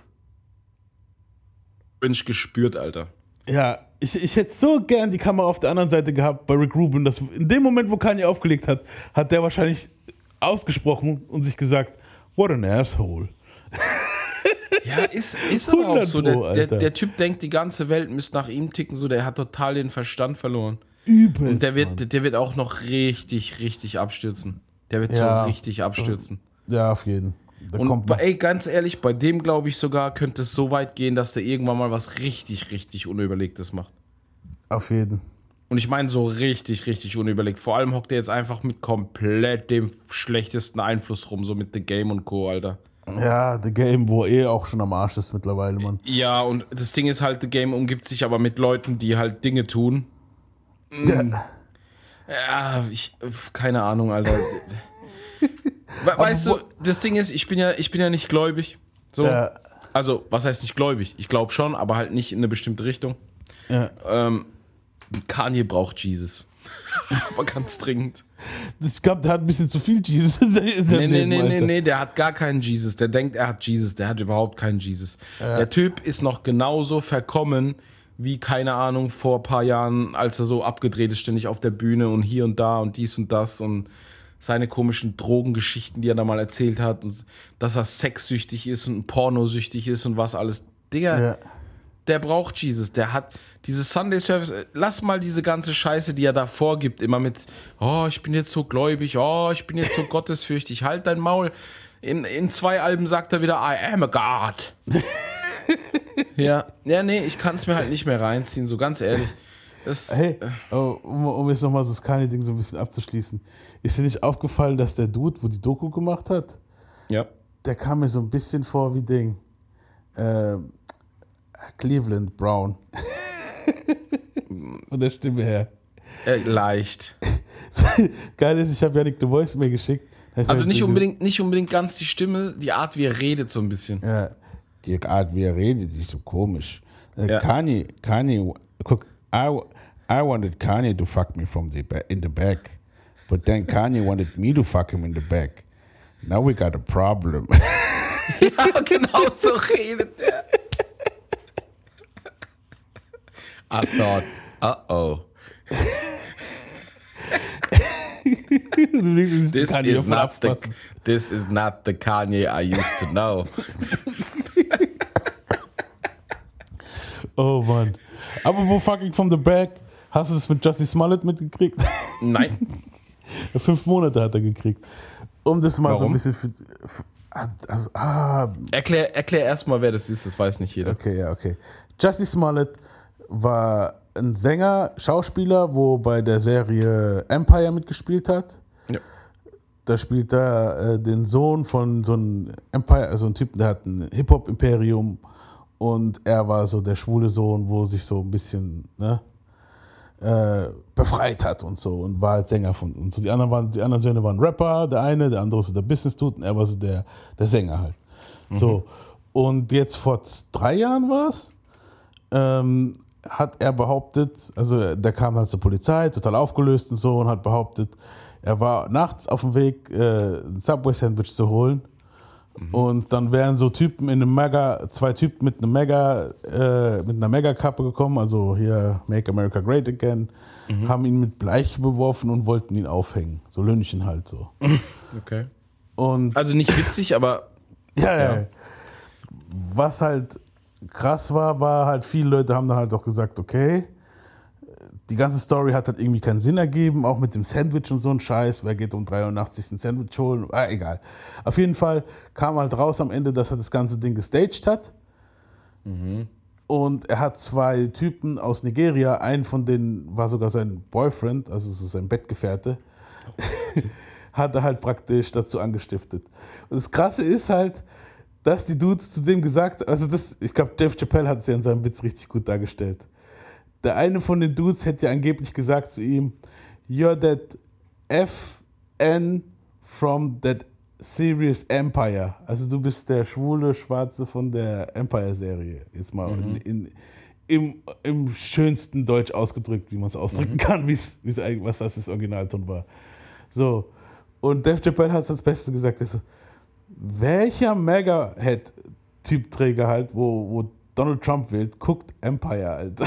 Cringe gespürt, Alter. Ja, ich, ich hätte so gern die Kamera auf der anderen Seite gehabt bei Rick Rubin. Dass in dem Moment, wo Kanye aufgelegt hat, hat der wahrscheinlich ausgesprochen und sich gesagt, what an asshole. Ja, ist, ist aber auch so. Der, Pro, der, Alter. der Typ denkt, die ganze Welt müsste nach ihm ticken, so, der hat total den Verstand verloren. Übelst, Und der Mann. wird, der wird auch noch richtig, richtig abstürzen. Der wird Ja. so richtig abstürzen. Ja, auf jeden. Da Und kommt bei, noch. ey, ganz ehrlich, bei dem glaube ich sogar, könnte es so weit gehen, dass der irgendwann mal was richtig, richtig Unüberlegtes macht. Auf jeden. Und ich meine so richtig, richtig unüberlegt. Vor allem hockt er jetzt einfach mit komplett dem schlechtesten Einfluss rum, so mit The Game und Co., Alter. Ja, The Game, wo eh auch schon am Arsch ist mittlerweile, Mann. Ja, und das Ding ist halt, The Game umgibt sich aber mit Leuten, die halt Dinge tun. Ja. Ja, ich, keine Ahnung, Alter. We- weißt du, das Ding ist, ich bin ja, ich bin ja nicht gläubig. So. Ja. Also, was heißt nicht gläubig? Ich glaube schon, aber halt nicht in eine bestimmte Richtung. Ja. Ähm, Kanye braucht Jesus. Aber ganz dringend. Ich glaube, der hat ein bisschen zu viel Jesus in seinem Nee, nee, Leben, nee, nee, Alter. nee, der hat gar keinen Jesus. Der denkt, er hat Jesus. Der hat überhaupt keinen Jesus. Der Typ ist noch genauso verkommen wie, keine Ahnung, vor ein paar Jahren, als er so abgedreht ist, ständig auf der Bühne und hier und da und dies und das und seine komischen Drogengeschichten, die er da mal erzählt hat und dass er sexsüchtig ist und pornosüchtig ist und was alles. Digga, Ja. der braucht Jesus. Der hat dieses Sunday Service. Lass mal diese ganze Scheiße, die er da vorgibt, immer mit, oh, ich bin jetzt so gläubig, oh, ich bin jetzt so gottesfürchtig. Halt dein Maul. In, in zwei Alben sagt er wieder, I am a God. ja, ja, nee, ich kann es mir halt nicht mehr reinziehen, so ganz ehrlich. Das, Hey, oh, um, um jetzt nochmal so das Kanye-Ding so ein bisschen abzuschließen. Ist dir nicht aufgefallen, dass der Dude, wo die Doku gemacht hat, ja. der kam mir so ein bisschen vor wie Ding. Äh, Cleveland Brown. Von der Stimme her. Äh, leicht. Geil ist, ich habe Yannick The Voice mir geschickt. Da hab ich Also halt nicht so unbedingt, nicht unbedingt ganz die Stimme, die Art, wie er redet, so ein bisschen. Ja, die Art, wie er redet, ist so komisch. Äh, Ja. Kanye, Kanye, guck, I, I wanted Kanye to fuck me from the ba- in the back, but then Kanye wanted me to fuck him in the back. Now we got a problem. Ja, genau so redet er. I thought, uh-oh. Du denkst, das ist This Kanye is, davon not the, abpassen. this is not the Kanye I used to know. Oh Mann. Aber wo fucking from the back, hast du es mit Jussie Smollett mitgekriegt? Nein. Fünf Monate hat er gekriegt. Um das mal so ein Warum? bisschen für, für also, ah, Erklär, erklär erstmal, wer das ist, das weiß nicht jeder. okay, ja, okay. Jussie Smollett war ein Sänger, Schauspieler, wo bei der Serie Empire mitgespielt hat. Ja. Da spielt er äh, den Sohn von so einem Empire, also ein Typ, der hat ein Hip-Hop-Imperium und er war so der schwule Sohn, wo sich so ein bisschen ne, äh, befreit hat und so und war halt Sänger von und so. Die anderen waren, die anderen Söhne waren Rapper, der eine, der andere so der Business-Dude und er war so der, der Sänger halt. Mhm. So. Und jetzt vor drei Jahren war es, ähm, hat er behauptet, also der kam halt zur Polizei, total aufgelöst und so und hat behauptet, er war nachts auf dem Weg, äh, ein Subway-Sandwich zu holen. Mhm. Und dann wären so Typen in einem Mega, zwei Typen mit einem Mega, äh, mit einer Mega-Kappe gekommen, also hier Make America Great Again, mhm. haben ihn mit Bleich beworfen und wollten ihn aufhängen. So Löhnchen halt so. Okay. Und Also nicht witzig, aber ja, ja. Ja. Was halt krass war, war halt, viele Leute haben dann halt auch gesagt, okay, die ganze Story hat halt irgendwie keinen Sinn ergeben, auch mit dem Sandwich und so ein Scheiß, wer geht um dreiundachtzig ein Sandwich holen, ah, egal. Auf jeden Fall kam halt raus am Ende, dass er das ganze Ding gestaged hat. Mhm. Und er hat zwei Typen aus Nigeria, einen von denen war sogar sein Boyfriend, also so sein Bettgefährte, hat er halt praktisch dazu angestiftet. Und das Krasse ist halt, dass die Dudes zu dem gesagt, also das, ich glaube, Dave Chappelle hat es ja in seinem Witz richtig gut dargestellt. Der eine von den Dudes hätte ja angeblich gesagt zu ihm, you're that F N from that Serious Empire. Also du bist der schwule Schwarze von der Empire-Serie. Jetzt mal mhm. in, in, im, im schönsten Deutsch ausgedrückt, wie man es ausdrücken mhm. kann, wie's, wie's eigentlich, was das das Originalton war. So. Und Dave Chappelle hat es das Beste gesagt. Er so, welcher Mega-Head-Typ-Träger halt, wo, wo Donald Trump wählt, guckt Empire, Alter.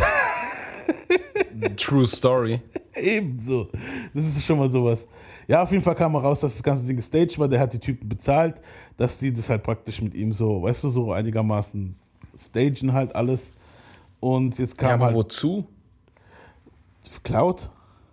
True Story. Ebenso. Das ist schon mal sowas. Ja, auf jeden Fall kam mal raus, dass das ganze Ding gestaged war. Der hat die Typen bezahlt, dass die das halt praktisch mit ihm so, weißt du, so einigermaßen stagen halt alles. Und jetzt kam ja, aber halt... wozu? Cloud?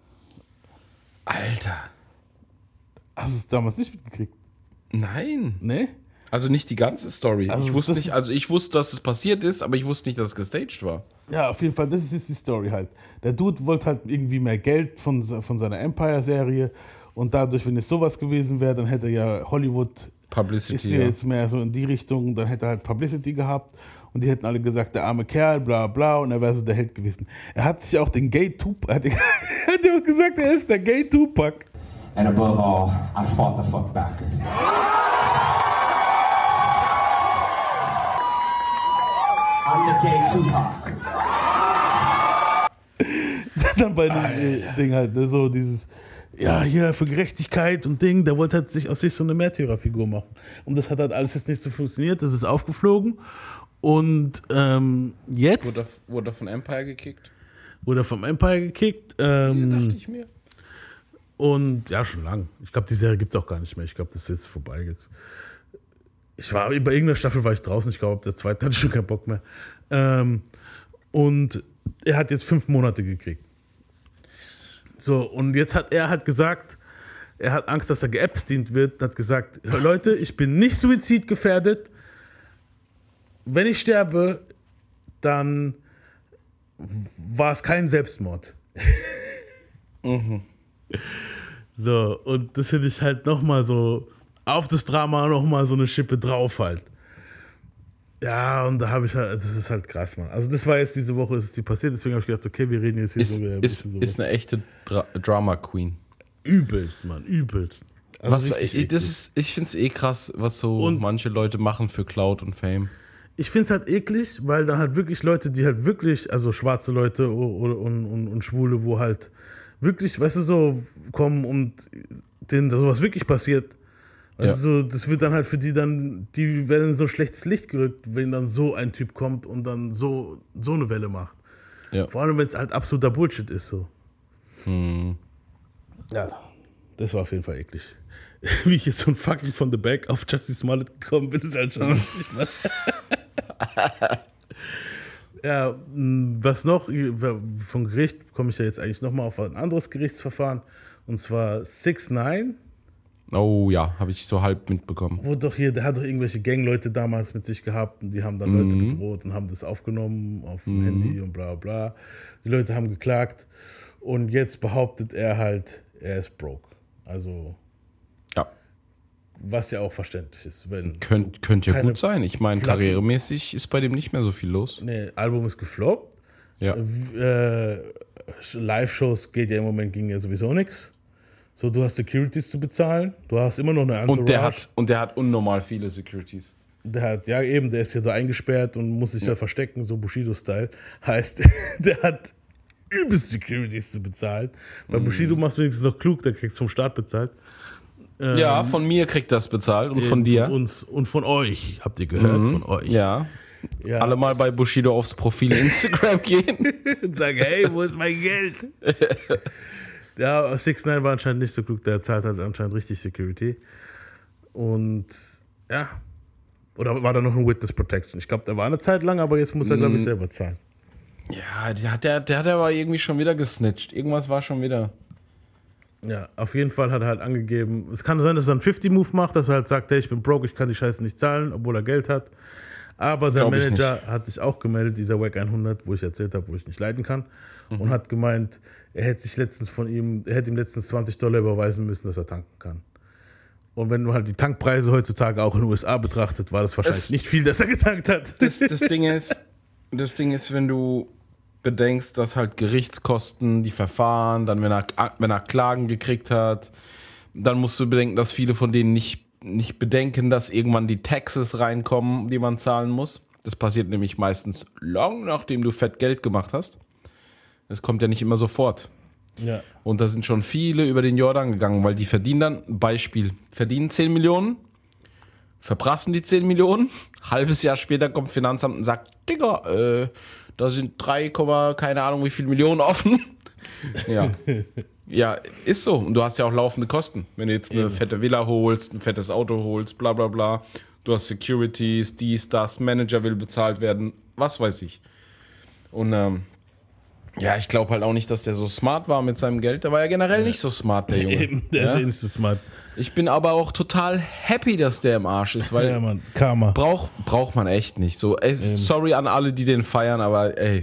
Alter. Hast du es damals nicht mitgekriegt? Nein. Nee? Also nicht die ganze Story. Also ich wusste das nicht, also ich wusste, dass es passiert ist, aber ich wusste nicht, dass es gestaged war. Ja, auf jeden Fall, das ist jetzt die Story halt. Der Dude wollte halt irgendwie mehr Geld von, von seiner Empire-Serie und dadurch, wenn es sowas gewesen wäre, dann hätte ja Hollywood Publicity, ist ja jetzt mehr so in die Richtung, dann hätte er halt Publicity gehabt und die hätten alle gesagt, der arme Kerl, bla bla, und er wäre so der Held gewesen. Er hat sich auch den Gay Tupac, er hat ja auch gesagt, er ist der Gay Tupac. And above all, I fought the fuck back. I'm the gay Tupac. Dann bei dem äh, Ding halt, ne, so dieses, ja, hier für Gerechtigkeit und Ding, der wollte halt sich aus sich so eine Märtyrerfigur machen. Und das hat halt alles jetzt nicht so funktioniert, das ist aufgeflogen. Und ähm, jetzt... Wurde, wurde von Empire gekickt? Wurde vom Empire gekickt. Ähm, ja, dachte ich mir. Und ja, schon lang. Ich glaube, die Serie gibt es auch gar nicht mehr. Ich glaube, das ist jetzt vorbei jetzt. Ich war, bei irgendeiner Staffel war ich draußen. Ich glaube, der zweite hatte schon keinen Bock mehr. Ähm, und er hat jetzt fünf Monate gekriegt. So, und jetzt hat er halt gesagt, er hat Angst, dass er geepsteint wird. Und hat gesagt, Leute, ich bin nicht suizidgefährdet. Wenn ich sterbe, dann war es kein Selbstmord. Mhm. So, und das finde ich halt nochmal so, auf das Drama nochmal so eine Schippe drauf halt. Ja, und da habe ich halt, das ist halt krass, Mann. Also das war jetzt diese Woche, ist es die passiert, deswegen habe ich gedacht, okay, wir reden jetzt hier ist, so. Ein ist, so ist eine echte Dra- Drama Queen. Übelst, Mann, übelst. Also was, ich das ist, ich finde es eh krass, was so und manche Leute machen für Clout und Fame. Ich finde es halt eklig, weil dann halt wirklich Leute, die halt wirklich, also schwarze Leute und, und, und, und Schwule, wo halt wirklich, weißt du, so kommen und denen sowas wirklich passiert. Weißt ja. du, so, das wird dann halt für die dann, die werden in so ein schlechtes Licht gerückt, wenn dann so ein Typ kommt und dann so, so eine Welle macht. Ja. Vor allem, wenn es halt absoluter Bullshit ist, so. Hm. Ja, das war auf jeden Fall eklig. Wie ich jetzt von fucking von the back auf Jussie Smollett gekommen bin, ist halt schon witzig, ne? Ja, was noch, vom Gericht komme ich ja jetzt eigentlich nochmal auf ein anderes Gerichtsverfahren, und zwar six nine. Oh ja, habe ich so halb mitbekommen. Wo doch hier, der hat doch irgendwelche Gangleute damals mit sich gehabt und die haben dann Leute mhm. bedroht und haben das aufgenommen auf dem mhm. Handy und bla bla. Die Leute haben geklagt und jetzt behauptet er halt, er ist broke. Also, ja. Was ja auch verständlich ist. Wenn Könnt, könnte ja gut sein. Ich meine, karrieremäßig ist bei dem nicht mehr so viel los. Nee, Album ist gefloppt. Ja. Äh, Live-Shows geht ja im Moment, ging ja sowieso nichts. So, du hast Securities zu bezahlen, du hast immer noch eine Entourage. Und der hat, und der hat unnormal viele Securities. Der hat, ja eben, der ist ja so eingesperrt und muss sich ja, ja verstecken, so Bushido-Style. Heißt, der hat übelst Securities zu bezahlen. Bei mm. Bushido machst du wenigstens noch klug, der kriegst vom Staat bezahlt. Ähm, ja, von mir kriegt das bezahlt und von dir. Von uns und von euch, habt ihr gehört, mhm. von euch. Ja. ja. Alle mal bei Bushido aufs Profil Instagram gehen. Und sagen, hey, wo ist mein Geld? Ja, six nine war anscheinend nicht so klug, der zahlt halt anscheinend richtig Security. Und ja, oder war da noch ein Witness Protection? Ich glaube, der war eine Zeit lang, aber jetzt muss er, glaube ich, selber zahlen. Ja, der hat, der, der hat aber irgendwie schon wieder gesnitcht. Irgendwas war schon wieder. Ja, auf jeden Fall hat er halt angegeben, es kann sein, dass er einen fifty-Move macht, dass er halt sagt, hey, ich bin broke, ich kann die Scheiße nicht zahlen, obwohl er Geld hat. Aber sein Manager hat sich auch gemeldet, dieser Wack hundert, wo ich erzählt habe, wo ich nicht leiden kann. Mhm. Und hat gemeint, er hätte sich letztens von ihm, er hätte ihm letztens zwanzig Dollar überweisen müssen, dass er tanken kann. Und wenn du halt die Tankpreise heutzutage auch in den U S A betrachtet, war das wahrscheinlich Es- nicht viel, dass er getankt hat. Das, das, Ding ist, das Ding ist, wenn du bedenkst, dass halt Gerichtskosten, die Verfahren, dann wenn er, wenn er Klagen gekriegt hat, dann musst du bedenken, dass viele von denen nicht, nicht bedenken, dass irgendwann die Taxes reinkommen, die man zahlen muss. Das passiert nämlich meistens lang, nachdem du fett Geld gemacht hast. Das kommt ja nicht immer sofort. Ja. Und da sind schon viele über den Jordan gegangen, weil die verdienen dann, Beispiel, verdienen zehn Millionen, verprassen die zehn Millionen, halbes Jahr später kommt Finanzamt und sagt, Digga, äh, da sind drei, keine Ahnung wie viele Millionen offen. Ja. Ja, ist so. Und du hast ja auch laufende Kosten. Wenn du jetzt eine Eben. fette Villa holst, ein fettes Auto holst, bla bla bla, du hast Securities, dies, das, Manager will bezahlt werden, was weiß ich. Und ähm, ja, ich glaube halt auch nicht, dass der so smart war mit seinem Geld. Der war ja generell nicht so smart, der Junge. Eben, der ja? ist eh nicht so smart. Ich bin aber auch total happy, dass der im Arsch ist, weil Ja, Mann, Karma. braucht braucht man echt nicht. So, ey, sorry an alle, die den feiern, aber ey,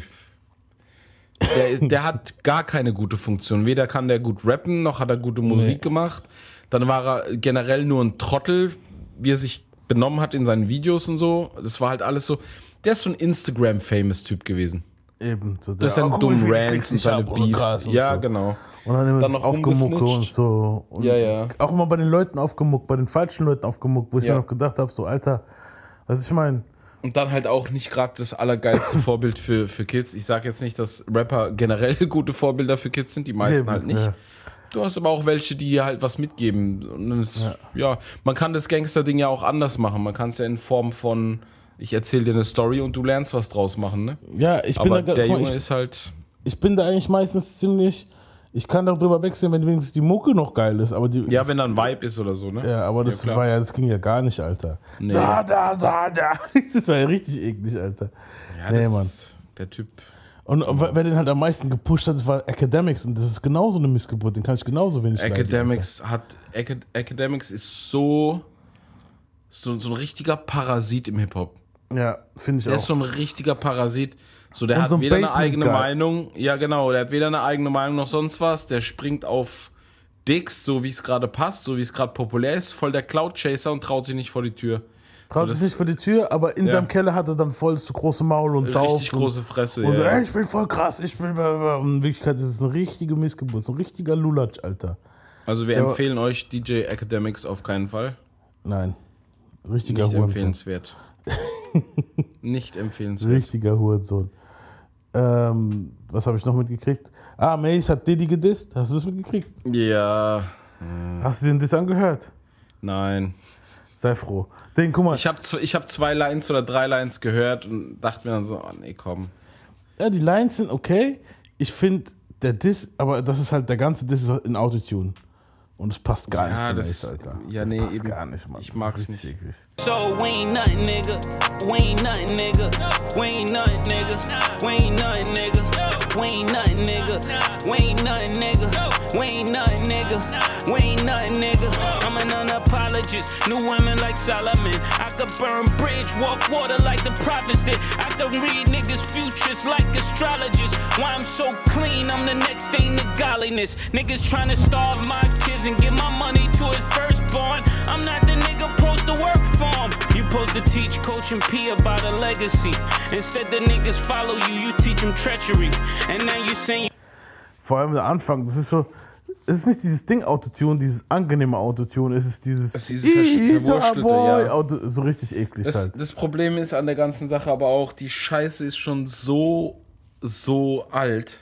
der, ist- der hat gar keine gute Funktion. Weder kann der gut rappen, noch hat er gute Musik Nee. gemacht. Dann war er generell nur ein Trottel, wie er sich benommen hat in seinen Videos und so. Das war halt alles so. Der ist so ein Instagram-famous-Typ gewesen. Eben. So, Das sind dumme Rants und seine Beefs. Beefs. Ja, genau. Und dann immer Dann das noch Aufgemucke und rumgesnitcht. so. Und Ja, ja. Auch immer bei den Leuten aufgemuckt, bei den falschen Leuten aufgemuckt, wo ich Ja. mir noch gedacht habe, so Alter, was ich meine. Und dann halt auch nicht gerade das allergeilste Vorbild für, für Kids. Ich sage jetzt nicht, dass Rapper generell gute Vorbilder für Kids sind, die meisten Eben, halt nicht. ja. Du hast aber auch welche, die halt was mitgeben. Und dann ist, ja. man kann das Gangster-Ding ja auch anders machen. Man kann es ja in Form von, ich erzähle dir eine Story und du lernst was draus machen, ne? Ja, ich bin Aber da, der guck mal, Junge ich, ist halt, ich bin da eigentlich meistens ziemlich, ich kann darüber wechseln, wenn wenigstens die Mucke noch geil ist, aber die, ja, das, wenn da ein Vibe ist oder so, ne? ja, aber das klar. war ja, das ging ja gar nicht, Alter. Nee. Da, da, da, da. Das war ja richtig eklig, Alter. Ja, nee, das, Mann. Der Typ. Und wer den halt am meisten gepusht hat, das war Academics und das ist genauso eine Missgeburt, den kann ich genauso wenig leiden, Academics hat, Acad- Academics ist so, so, so ein richtiger Parasit im Hip-Hop. Alter. Ja, finde ich Der auch. ist so ein richtiger Parasit. So, der Und hat so ein weder eine Basement eigene Guy. Meinung, ja genau, der hat weder eine eigene Meinung noch sonst was. Der springt auf Dicks, so wie es gerade passt, so wie es gerade populär ist, voll der Cloud-Chaser und traut sich nicht vor die Tür. Traut so, sich das- nicht vor die Tür, aber in Ja. seinem Keller hat er dann voll das große Maul und sauft. Richtig große Fresse, Und, und ja. ey, ich bin voll krass, ich bin. Und in Wirklichkeit ist es eine richtige Missgeburt, so ein richtiger Lulatsch, Alter. Also wir Der war- empfehlen euch D J Academics auf keinen Fall. Nein. Richtiger Nicht Hurensohn. empfehlenswert. Nicht empfehlenswert. Richtiger Hurensohn. Ähm, was habe ich noch mitgekriegt? Ah, Mace hat Diddy gedisst. Hast du das mitgekriegt? Ja, Hast du den Diss angehört? nein. Sei froh. Den, guck mal. Ich habe ich hab zwei Lines oder drei Lines gehört und dachte mir dann so, oh nee, komm. Ja, die Lines sind okay. Ich finde, der Diss, aber das ist halt, der ganze Diss ist in Autotune. Und es passt gar nicht Ja, zu das- Mace, Alter. ja, das nee, passt eben. gar nicht, Mann. Ich Das mag's ist richtig eklig. So we ain't nothing, nigga. We ain't nothing, nigga. We ain't nothing, nigga. We ain't nothing, nigga. We ain't nothing, nigga. We ain't nothing, nigga. We ain't nothing, nigga. We ain't nothing, nigga. I'm an unapologist. New women like Solomon. I could burn bridge, walk water like the prophets did. I could read niggas' futures like astrologists. Why I'm so clean, I'm the next thing to godliness. Niggas trying to starve my kids and give my money to his firstborn. I'm not the nigga supposed to work for him. You supposed to teach Coach and P about a legacy. Instead the niggas follow you, you teach them treachery. And now you saying Vor allem der Anfang, das ist so, es ist nicht dieses Ding Autotune, dieses angenehme Autotune, es ist dieses, Das ist dieses Versch- Eater Verwurstelte, Boy ja. Auto, so richtig eklig Das, halt. das Problem ist an der ganzen Sache aber auch, die Scheiße ist schon so, so alt,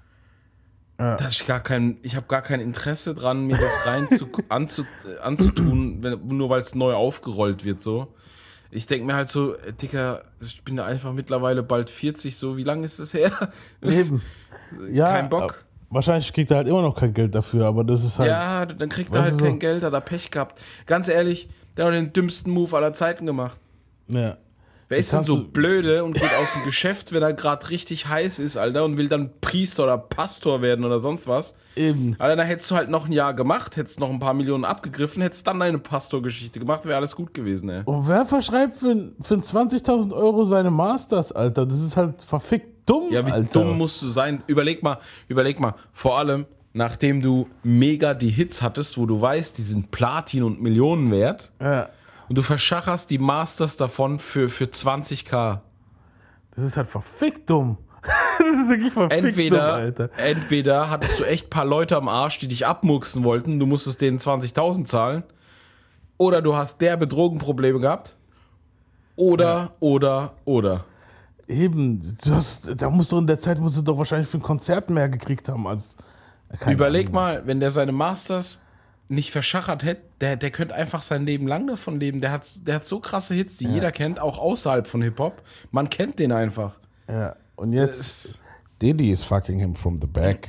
dass ich gar kein, ich habe gar kein Interesse dran, mir das rein zu, anzu, anzutun, wenn, nur weil es neu aufgerollt wird so. Ich denke mir halt so, äh, Dicker, ich bin da einfach mittlerweile bald vierzig, so, wie lange ist das her? Eben. Ja, Kein Bock. ab- Wahrscheinlich kriegt er halt immer noch kein Geld dafür, aber das ist halt. Ja, dann kriegt er Weißt halt du kein so? Geld, hat er Pech gehabt. Ganz ehrlich, der hat den dümmsten Move aller Zeiten gemacht. ja. Wer ist denn Kannst so du- blöde und geht aus dem Geschäft, wenn er gerade richtig heiß ist, Alter, und will dann Priester oder Pastor werden oder sonst was? Eben. Alter, da hättest du halt noch ein Jahr gemacht, hättest noch ein paar Millionen abgegriffen, hättest dann deine Pastorgeschichte gemacht, wäre alles gut gewesen, ey. Und wer verschreibt für, für zwanzigtausend Euro seine Masters, Alter? Das ist halt verfickt dumm, Ja, wie Alter. dumm musst du sein? Überleg mal, überleg mal, vor allem, nachdem du mega die Hits hattest, wo du weißt, die sind Platin und Millionen wert, Ja. und du verschacherst die Masters davon für, für zwanzigtausend. Das ist halt verfickt dumm. Das ist wirklich verfickt Entweder, dumm, Alter. entweder hattest du echt ein paar Leute am Arsch, die dich abmurksen wollten, du musstest denen zwanzigtausend zahlen, oder du hast derbe Drogenprobleme gehabt, oder, ja. oder, oder. Eben, du hast, da musst du in der Zeit musst du doch wahrscheinlich für ein Konzert mehr gekriegt haben als. Überleg Ahnung. mal, wenn der seine Masters nicht verschachert hätte, der, der könnte einfach sein Leben lang davon leben. Der hat, der hat so krasse Hits, die ja. jeder kennt, auch außerhalb von Hip-Hop. Man kennt den einfach. Ja, und jetzt Diddy is fucking him from the back.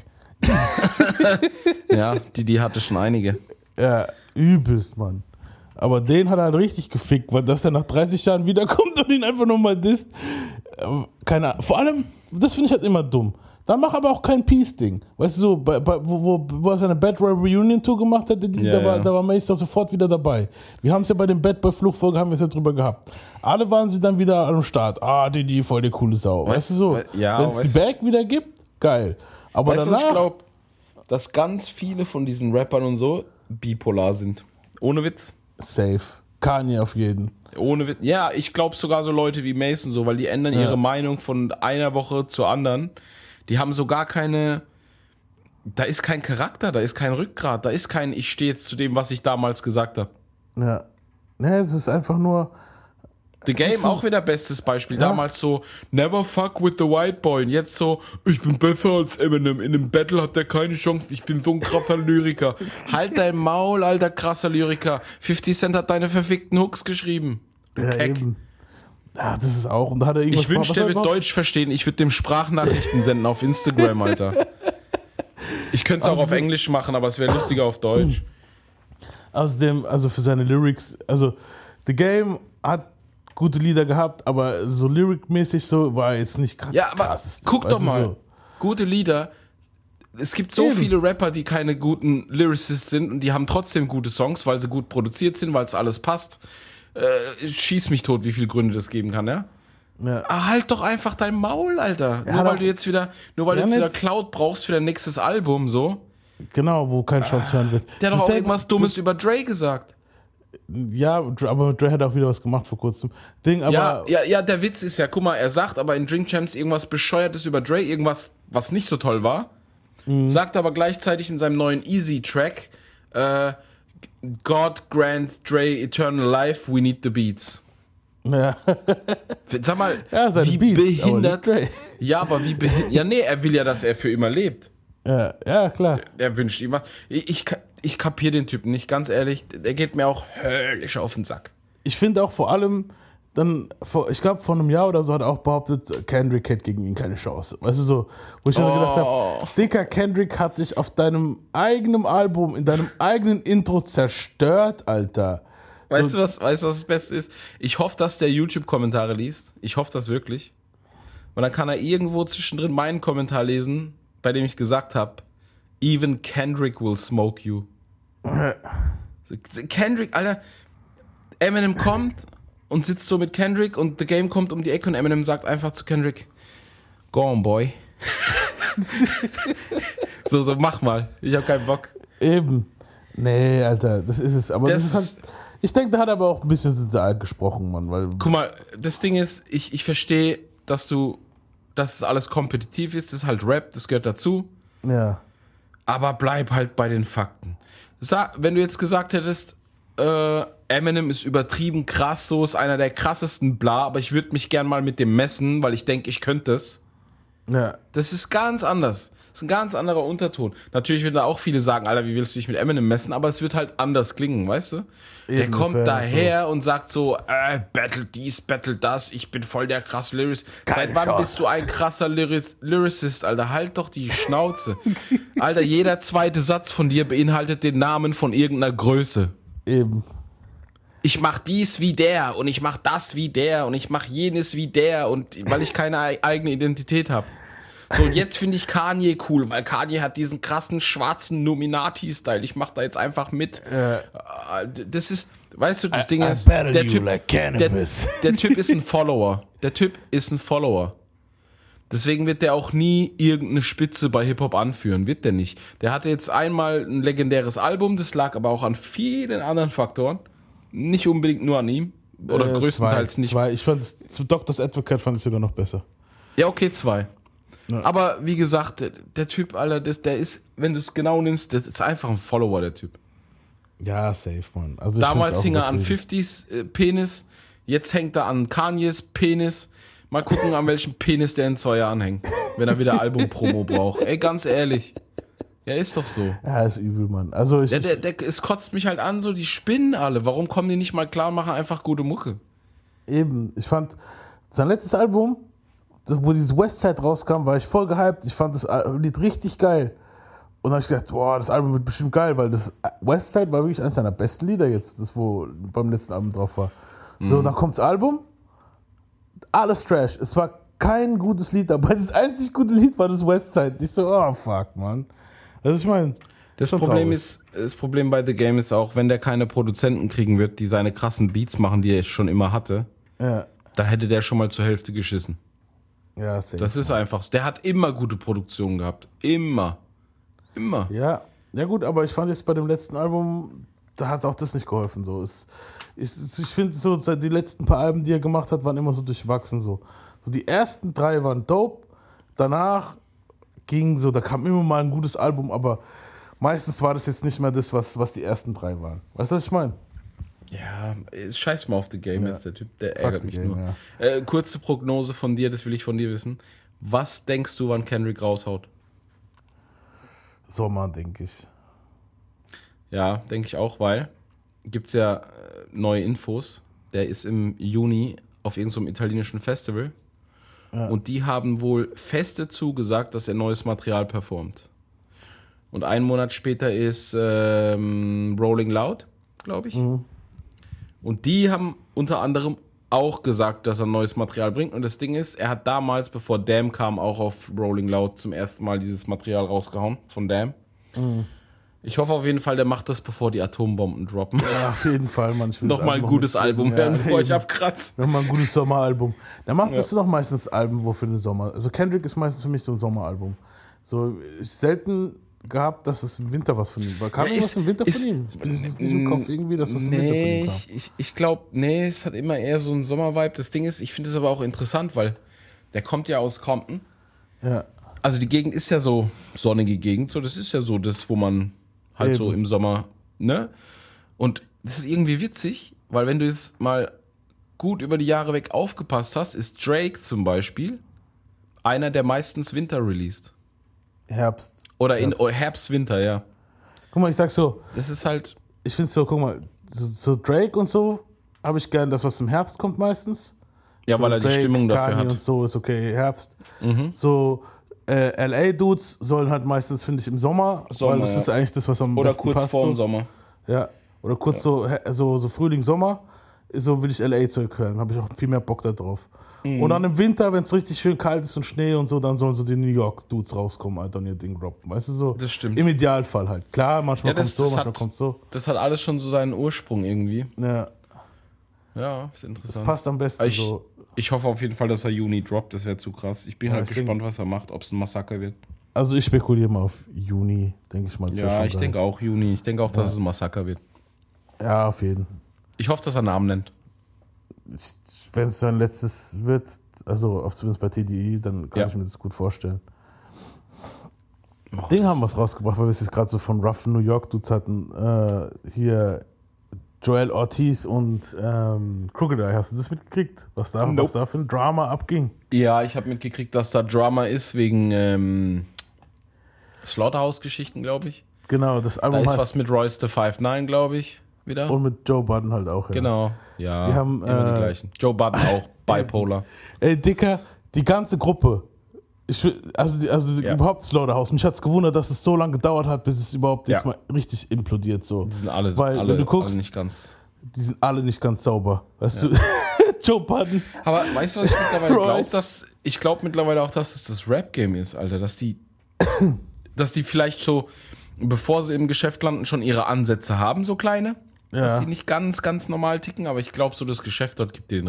Ja, Diddy hatte schon einige. Ja, übelst, Mann. Aber den hat er halt richtig gefickt, weil dass der nach dreißig Jahren wiederkommt und ihn einfach nochmal disst. Keine Ahnung. Vor allem, das finde ich halt immer dumm. Dann mach aber auch kein Peace-Ding. Weißt du, so, bei, bei, wo, wo, wo er seine Bad Boy Reunion-Tour gemacht hat, die, ja, da, war, ja. da war Meister sofort wieder dabei. Wir haben es ja bei den Bad Boy-Flugfolgen, haben wir es ja drüber gehabt. Alle waren sie dann wieder am Start. Ah, die, die, voll die coole Sau. Weißt, weißt du so, ja, wenn es die Bag wieder gibt, geil. Aber weißt danach... Du, ich glaube, dass ganz viele von diesen Rappern und so bipolar sind. Ohne Witz. Safe. Kanye auf jeden. Ohne Witz. Ja, ich glaube sogar so Leute wie Mason so, weil die ändern ja. ihre Meinung von einer Woche zur anderen. Die haben so gar keine, da ist kein Charakter, da ist kein Rückgrat, da ist kein, ich stehe jetzt zu dem, was ich damals gesagt habe. Ja. Ne, es ist einfach nur... The Game so, auch wieder bestes Beispiel. Ja. Damals so, never fuck with the white boy. Und jetzt so, ich bin besser als Eminem. In einem Battle hat der keine Chance. Ich bin so ein krasser Lyriker. Halt dein Maul, alter krasser Lyriker. fifty Cent hat deine verfickten Hooks geschrieben. Du ja, Keck. Eben. Ja, das ist auch. Und da hat er irgendwas ich wünschte, der wird Deutsch verstehen. Ich würde dem Sprachnachrichten senden auf Instagram, Alter. Ich könnte es auch auf Englisch machen, aber es wäre lustiger auf Deutsch. Außerdem, also für seine Lyrics, also The Game hat gute Lieder gehabt, aber so lyric-mäßig so war jetzt nicht krass. Ja, aber krass, guck doch mal. So. Gute Lieder. Es gibt so Eben. viele Rapper, die keine guten Lyricists sind und die haben trotzdem gute Songs, weil sie gut produziert sind, weil es alles passt. Äh, schieß mich tot, wie viele Gründe das geben kann, ja? Ja. Ah, halt doch einfach dein Maul, Alter. Ja, nur weil du jetzt wieder, nur weil ja, du jetzt wieder Cloud brauchst für dein nächstes Album, so. Genau, wo kein Schwanz hören wird. Der hat doch auch irgendwas Dummes über Dre gesagt. Ja, aber Dre hat auch wieder was gemacht vor kurzem. Ding, aber ja, ja, ja, der Witz ist ja, guck mal, er sagt aber in Drink Champs irgendwas Bescheuertes über Dre, irgendwas, was nicht so toll war. Mhm. Sagt aber gleichzeitig in seinem neuen Easy-Track, äh, God grant Dre eternal life, we need the beats. Ja. Sag mal, ja, wie Beats, behindert. Aber ja, aber wie behindert. Ja, nee, er will ja, dass er für immer lebt. Ja, ja klar. Der, der wünscht ihm was. Ich, ich, ich kapiere den Typen nicht, ganz ehrlich. Der geht mir auch höllisch auf den Sack. Ich finde auch vor allem, dann, vor, ich glaube, vor einem Jahr oder so hat er auch behauptet, Kendrick hätte gegen ihn keine Chance. Weißt du so, wo ich dann oh. gedacht habe, Dicker, Kendrick hat dich auf deinem eigenen Album, in deinem eigenen Intro zerstört, Alter. Weißt so, du, was, weißt du, was das Beste ist? Ich hoffe, dass der YouTube-Kommentare liest. Ich hoffe das wirklich. Und dann kann er irgendwo zwischendrin meinen Kommentar lesen, bei dem ich gesagt habe, even Kendrick will smoke you. Kendrick, Alter, Eminem kommt und sitzt so mit Kendrick und The Game kommt um die Ecke und Eminem sagt einfach zu Kendrick, go on, boy. so, so, mach mal. Ich hab keinen Bock. Eben. Nee, Alter, das ist es. Aber das, das ist halt, ich denke, da hat er aber auch ein bisschen sozial gesprochen, Mann. Weil guck mal, das Ding ist, ich, ich verstehe, dass du, dass es alles kompetitiv ist, das ist halt Rap, das gehört dazu. Ja. Aber bleib halt bei den Fakten. Sag, wenn du jetzt gesagt hättest, äh, Eminem ist übertrieben krass, so ist einer der krassesten, bla, aber ich würde mich gern mal mit dem messen, weil ich denke, ich könnte es. Ja. Das ist ganz anders. Das ist ein ganz anderer Unterton. Natürlich würden da auch viele sagen, Alter, wie willst du dich mit Eminem messen? Aber es wird halt anders klingen, weißt du? Eben, der kommt daher so. Und sagt so, äh, battle dies, battle das, ich bin voll der krasse Lyricist. Seit wann Chance. Bist du ein krasser Lyric- Lyricist, Alter? Halt doch die Schnauze. Alter, jeder zweite Satz von dir beinhaltet den Namen von irgendeiner Größe. Eben. Ich mach dies wie der und ich mach das wie der und ich mach jenes wie der und weil ich keine eigene Identität habe. So, und jetzt finde ich Kanye cool, weil Kanye hat diesen krassen schwarzen Nominati-Style. Ich mach da jetzt einfach mit. Ja. Das ist, weißt du, das I, Ding I ist, der you typ, like der, der Typ ist ein Follower. Der Typ ist ein Follower. Deswegen wird der auch nie irgendeine Spitze bei Hip-Hop anführen. Wird der nicht. Der hatte jetzt einmal ein legendäres Album, das lag aber auch an vielen anderen Faktoren. Nicht unbedingt nur an ihm. Oder Äh, größtenteils zwei, nicht. Zwei. Ich fand es, zu Doctor's Advocate fand ich sogar noch besser. Ja, okay, zwei. Ja. Aber wie gesagt, der, der Typ, Alter, das, der ist, wenn du es genau nimmst, das ist einfach ein Follower, der Typ. Ja, safe, Mann. Also ich Damals find's auch hing er an übertrieben. fünfzigs äh, Penis, jetzt hängt er an Kanyes Penis. Mal gucken, an welchem Penis der in zwei Jahren hängt, wenn er wieder Album-Promo braucht. Ey, ganz ehrlich. Ja, ist doch so. Ja, ist übel, Mann. Also ich, Der, der, der, es kotzt mich halt an, so, die spinnen alle. Warum kommen die nicht mal klar und machen einfach gute Mucke? eben, ich fand sein letztes Album, wo dieses Westside rauskam, war ich voll gehypt. Ich fand das Lied richtig geil. Und dann habe ich gedacht, boah, das Album wird bestimmt geil, weil das Westside war wirklich eines seiner besten Lieder jetzt, das wo beim letzten Album drauf war. So, dann kommt das Album, alles Trash. Es war kein gutes Lied dabei. Das einzig gute Lied war das Westside. Ich so, oh fuck, Mann. Also ich meine, Das Problem ist, das Problem bei The Game ist auch, wenn der keine Produzenten kriegen wird, die seine krassen Beats machen, die er schon immer hatte, ja, da hätte der schon mal zur Hälfte geschissen. ja, safe. Das ist einfach so. Der hat immer gute Produktionen gehabt. Immer. Immer. Ja, ja gut, aber ich fand jetzt bei dem letzten Album, da hat auch das nicht geholfen. So. Es, es, ich finde, so, die letzten paar Alben, die er gemacht hat, waren immer so durchwachsen. So. So die ersten drei waren dope, danach ging so, da kam immer mal ein gutes Album, aber meistens war das jetzt nicht mehr das, was, was die ersten drei waren. Weißt du, was ich meine? Ja, scheiß mal auf The Game Ja. jetzt, der Typ, der Fuck ärgert the mich Game, nur. ja. Äh, kurze Prognose von dir, das will ich von dir wissen. Was denkst du, wann Kendrick raushaut? Sommer, denke ich. Ja, denke ich auch, weil gibt es ja äh, neue Infos. Der ist im Juni auf irgendeinem italienischen Festival. Ja. Und die haben wohl feste zugesagt, dass er neues Material performt. Und einen Monat später ist ähm, Rolling Loud, glaube ich. Mhm. Und die haben unter anderem auch gesagt, dass er neues Material bringt. Und das Ding ist, er hat damals, bevor Damn kam, auch auf Rolling Loud zum ersten Mal dieses Material rausgehauen von Damn. Mhm. Ich hoffe auf jeden Fall, der macht das, bevor die Atombomben droppen. Ja, auf jeden Fall, Mann. Ich will das Nochmal ein Album gutes noch Album mitkriegen. hören, Ja, bevor ich eben. abkratze. Nochmal ein gutes Sommeralbum. Der macht Ja. das doch meistens Alben, wo für den Sommer. Also Kendrick ist meistens für mich so ein Sommeralbum. So, ich selten gehabt, dass es im Winter was von ihm war. Kam Ja, irgendwas ist- im Winter ist- von ihm? Ich bin jetzt nicht im Kopf irgendwie, dass das im Winter von Nee, ihm kam. ich, ich, ich glaube, nee, es hat immer eher so einen Sommervibe. Das Ding ist, ich finde es aber auch interessant, weil der kommt ja aus Compton. Ja. Also die Gegend ist ja so sonnige Gegend, so das ist ja so das, wo man halt Eben. so im Sommer, ne? Und das ist irgendwie witzig, weil wenn du jetzt mal gut über die Jahre weg aufgepasst hast, ist Drake zum Beispiel einer, der meistens Winter released. Herbst. Oder in Herbst. oh, Herbst, Winter, ja. Guck mal, ich sag so, Das ist halt, ich finde so, guck mal, so, so Drake und so habe ich gern das, was im Herbst kommt meistens. ja, so weil er die Drake, Stimmung dafür Kanye hat. Mhm. und so ist okay, Herbst. So äh, L A-Dudes sollen halt meistens, finde ich, im Sommer, Sommer, weil das ja. ist eigentlich das, was am Oder besten kurz passt. vorm so. Sommer. Ja, oder kurz so, hä- so, so Frühling, Sommer, so will ich L A-Zeug hören, habe ich auch viel mehr Bock da drauf. Mhm. Und dann im Winter, wenn es richtig schön kalt ist und Schnee und so, dann sollen so die New York-Dudes rauskommen, Alter, und ihr Ding droppen, weißt du so? Das stimmt. Im Idealfall halt. Klar, manchmal Ja, das- kommt so, das manchmal hat- kommt so. Das hat alles schon so seinen Ursprung irgendwie. Ja, Ja, ist interessant. passt am besten Ich, so. ich hoffe auf jeden Fall, dass er Juni droppt, das wäre zu krass. Ich bin Ja, halt ich gespannt, was er macht, ob es ein Massaker wird. Also ich spekuliere mal auf Juni, denke ich mal. das wär Ja, schon ich geil. denke auch Juni. Ich denke auch, dass Ja. es ein Massaker wird. Ja, auf jeden. Ich hoffe, dass er Namen nennt. Wenn es sein letztes wird, also auf zumindest bei T D I, dann kann Ja. ich mir das gut vorstellen. Oh, Ding das haben wir es rausgebracht, weil wir es jetzt gerade so von Rough New York Dudes hatten. Äh, hier Joel Ortiz und ähm, Crocodile. Hast du das mitgekriegt? Was da, Nope. was da für ein Drama abging? Ja, ich habe mitgekriegt, dass da Drama ist wegen ähm, Slaughterhouse-Geschichten, glaube ich. Genau, das Da Album ist heißt was mit Royce the five nine, glaube ich, wieder. und mit Joe Budden halt auch. Ja. Genau. Ja, Die haben, immer äh, die gleichen. Joe Budden auch, Bipolar. Ey, Dicker, die ganze Gruppe. Ich, will- also die, also die, Ja. überhaupt Slaughterhouse. Mich hat es gewundert, dass es so lange gedauert hat, bis es überhaupt Ja. jetzt mal richtig implodiert. So. Die sind alle, Weil, alle, wenn du guckst, alle nicht ganz. die sind alle nicht ganz sauber. Weißt du, Joe Budden. Aber weißt du, was ich mittlerweile glaube? Royce. Dass Ich glaube mittlerweile auch, dass es das Rap-Game ist, Alter. Dass die, dass die vielleicht so, bevor sie im Geschäft landen, schon ihre Ansätze haben, so kleine. Ja. Dass die nicht ganz, ganz normal ticken, aber ich glaube so, das Geschäft dort gibt dir den Rest.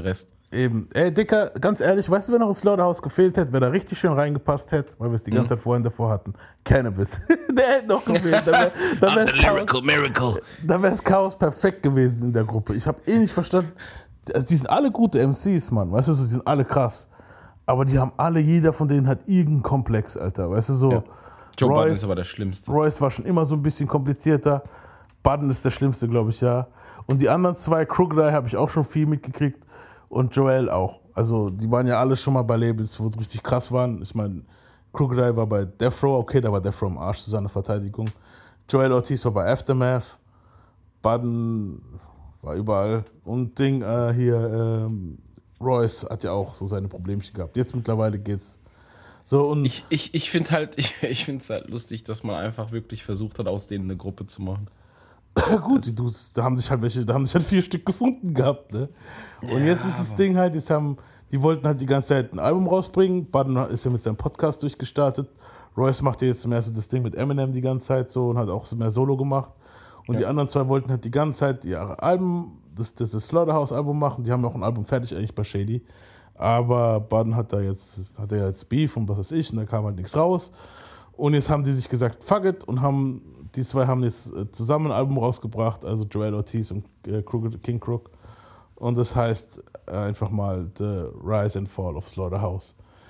Eben. Ey, Dicker, ganz ehrlich, weißt du, wer noch ein Slaughterhouse gefehlt hätte, wer da richtig schön reingepasst hätte, weil wir es die ganze Mhm. Zeit vorhin davor hatten? Cannabis. Der hätte noch gefehlt. Da wäre da wär's Chaos, miracle. da wär's Chaos perfekt gewesen in der Gruppe. Ich habe eh nicht verstanden. Also die sind alle gute M Cs, Mann. Weißt du, die sind alle krass. Aber die haben alle, jeder von denen hat irgendeinen Komplex, Alter. Weißt du, so. Ja. Joe Budden Royce, ist aber der Schlimmste. Royce war schon immer so ein bisschen komplizierter. Budden ist der Schlimmste, glaube ich, ja. Und die anderen zwei, Crocodile, habe ich auch schon viel mitgekriegt. Und Joel auch. Also, die waren ja alle schon mal bei Labels, wo es richtig krass waren. Ich meine, Crocodile war bei Death Row, okay, da war Death Row im Arsch zu seiner Verteidigung. Joel Ortiz war bei Aftermath. Budden war überall. Und Ding, äh, hier, ähm, Royce hat ja auch so seine Problemchen gehabt. Jetzt mittlerweile geht's. So, und Ich, ich, ich finde halt, ich, ich finde es halt lustig, dass man einfach wirklich versucht hat, aus denen eine Gruppe zu machen. ja, gut, die Dudes, da haben sich halt welche, da haben sich halt vier Stück gefunden gehabt, ne? Und jetzt ist das Ding halt, jetzt haben, die wollten halt die ganze Zeit ein Album rausbringen. Budden ist ja mit seinem Podcast durchgestartet. Royce macht ja jetzt mehr so das Ding mit Eminem die ganze Zeit so und hat auch so mehr Solo gemacht. Und Ja. die anderen zwei wollten halt die ganze Zeit ihre Alben, das, das, das Slaughterhouse-Album machen. Die haben noch ein Album fertig eigentlich bei Shady. Aber Budden hat da jetzt, hat er ja jetzt Beef und was weiß ich, und da kam halt nichts raus. Und jetzt haben die sich gesagt, fuck it, und haben, die zwei haben jetzt äh, zusammen ein Album rausgebracht, also Joel Ortiz und äh, Crook- King Crook. Und das heißt äh, einfach mal The Rise and Fall of Slaughterhouse.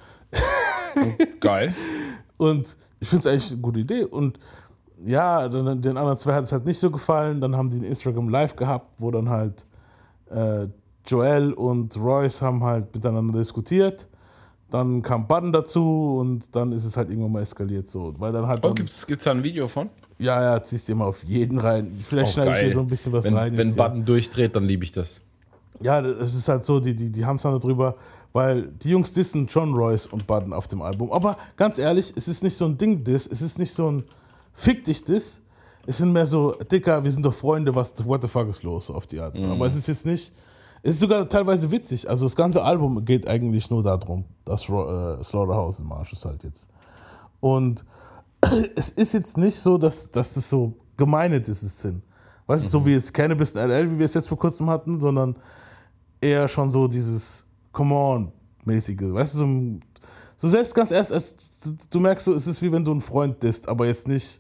Geil. Und ich finde es eigentlich eine gute Idee. Und ja, dann, den anderen zwei hat es halt nicht so gefallen. Dann haben die ein Instagram Live gehabt, wo dann halt äh, Joel und Royce haben halt miteinander diskutiert. Dann kam Budden dazu und dann ist es halt irgendwann mal eskaliert so. Weil dann halt Oh, dann, gibt's, gibt's da ein Video von? ja, ja, ziehst dir mal auf jeden rein. Vielleicht Oh, schneide ich geil. hier so ein bisschen was wenn, rein. Wenn jetzt, ja. Budden durchdreht, dann liebe ich das. Ja, es ist halt so, die, die, die haben es dann darüber, weil die Jungs dissen John Royce und Budden auf dem Album. Aber ganz ehrlich, es ist nicht so ein Ding-Diss, es ist nicht so ein Fick dich Diss. Es sind mehr so, Dicker, wir sind doch Freunde, was, what the fuck ist los, so auf die Art. So. Aber es ist jetzt nicht, es ist sogar teilweise witzig. Also das ganze Album geht eigentlich nur darum, dass Ro- äh, Slaughterhouse im Arsch ist halt jetzt. Und es ist jetzt nicht so, dass, dass das so gemeine Disses sind. Weißt du, so wie es Cannabis und L L, wie wir es jetzt vor kurzem hatten, sondern eher schon so dieses Come on-mäßige. Weißt du, so, so selbst ganz erst, als, du merkst so, es ist wie wenn du einen Freund disst, aber jetzt nicht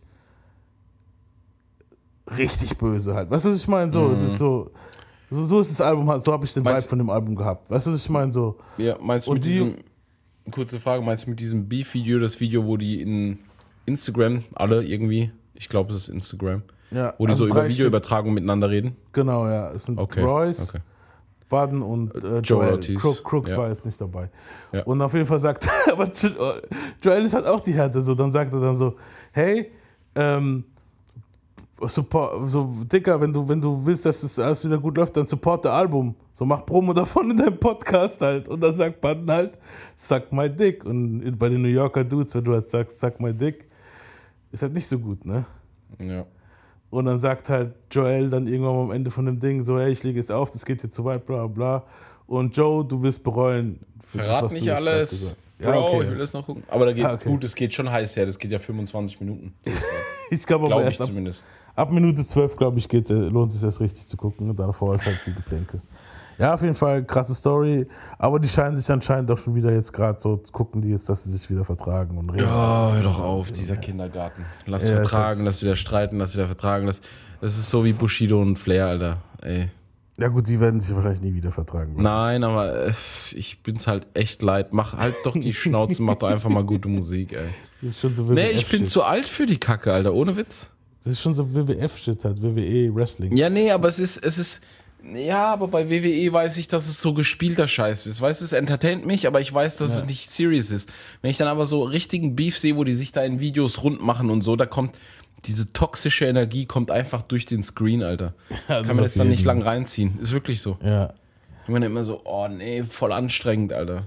richtig böse halt. Weißt du, was ich meine? So, es ist so, so, so ist das Album halt, so habe ich den Meinst Vibe von dem Album gehabt. Weißt du, was ich meine? So, Ja, meinst du Und mit die- diesem, kurze Frage, meinst du mit diesem Beef-Video, das Video, wo die in Instagram, alle irgendwie, ich glaube, es ist Instagram, ja, wo die also so drei über Stück. Videoübertragung miteinander reden? Genau, ja. Es sind Okay, Royce, okay. Budden und äh, Joel Joel. Ortiz, Crook, Crook ja. war jetzt nicht dabei. Ja. Und auf jeden Fall sagt, aber Jo- Joel ist halt auch die Härte. So, dann sagt er dann so, hey, ähm, support, so Dicker, wenn du, wenn du willst, dass es alles wieder gut läuft, dann support das Album. So mach Promo davon in deinem Podcast halt. Und dann sagt Budden halt, suck my dick. Und bei den New Yorker Dudes, wenn du halt sagst, suck my dick, ist halt nicht so gut, ne? Ja. Und dann sagt halt Joel dann irgendwann am Ende von dem Ding so, hey, ich lege jetzt auf, das geht hier zu weit, bla bla. Und Joe, du wirst bereuen. Für das, Verrat was du nicht jetzt grad alles. gesagt hast. Bro, Ja, okay. ich will das noch gucken. Aber da geht, Ah, okay. gut, es geht schon heiß her, das geht ja fünfundzwanzig Minuten. Ich glaube aber Glaube ich erst ab, zumindest. ab Minute zwölf, glaube ich, geht's, äh, lohnt es sich erst richtig zu gucken. Und davor ist halt viel Geplänkel. Ja, auf jeden Fall krasse Story. Aber die scheinen sich anscheinend doch schon wieder jetzt gerade so, gucken die jetzt, dass sie sich wieder vertragen und reden. Ja, hör doch auf, dieser Kindergarten. Lass Ja, vertragen, ist halt- lass wieder streiten, lass wieder vertragen. Das, das ist so wie Bushido und Flair, Alter. Ey. Ja gut, die werden sich wahrscheinlich nie wieder vertragen. glaub ich. Nein, aber äh, ich bin's halt echt leid. Mach halt doch die Schnauze, mach doch einfach mal gute Musik, ey. Das ist schon so Nee, ich bin W W F-Shit. zu alt für die Kacke, Alter, ohne Witz. Das ist schon so W W F-Shit halt, W W E Wrestling. Ja, nee, aber es ist, es ist, ja, aber bei W W E weiß ich, dass es so gespielter Scheiß ist. Weißt du, es entertaint mich, aber ich weiß, dass Ja. es nicht serious ist. Wenn ich dann aber so richtigen Beef sehe, wo die sich da in Videos rund machen und so, da kommt diese toxische Energie kommt einfach durch den Screen, Alter. Ja, das Kann man auf jetzt dann nicht jeden. lang reinziehen. Ist wirklich so. Ja. Ich meine immer so, oh nee, voll anstrengend, Alter.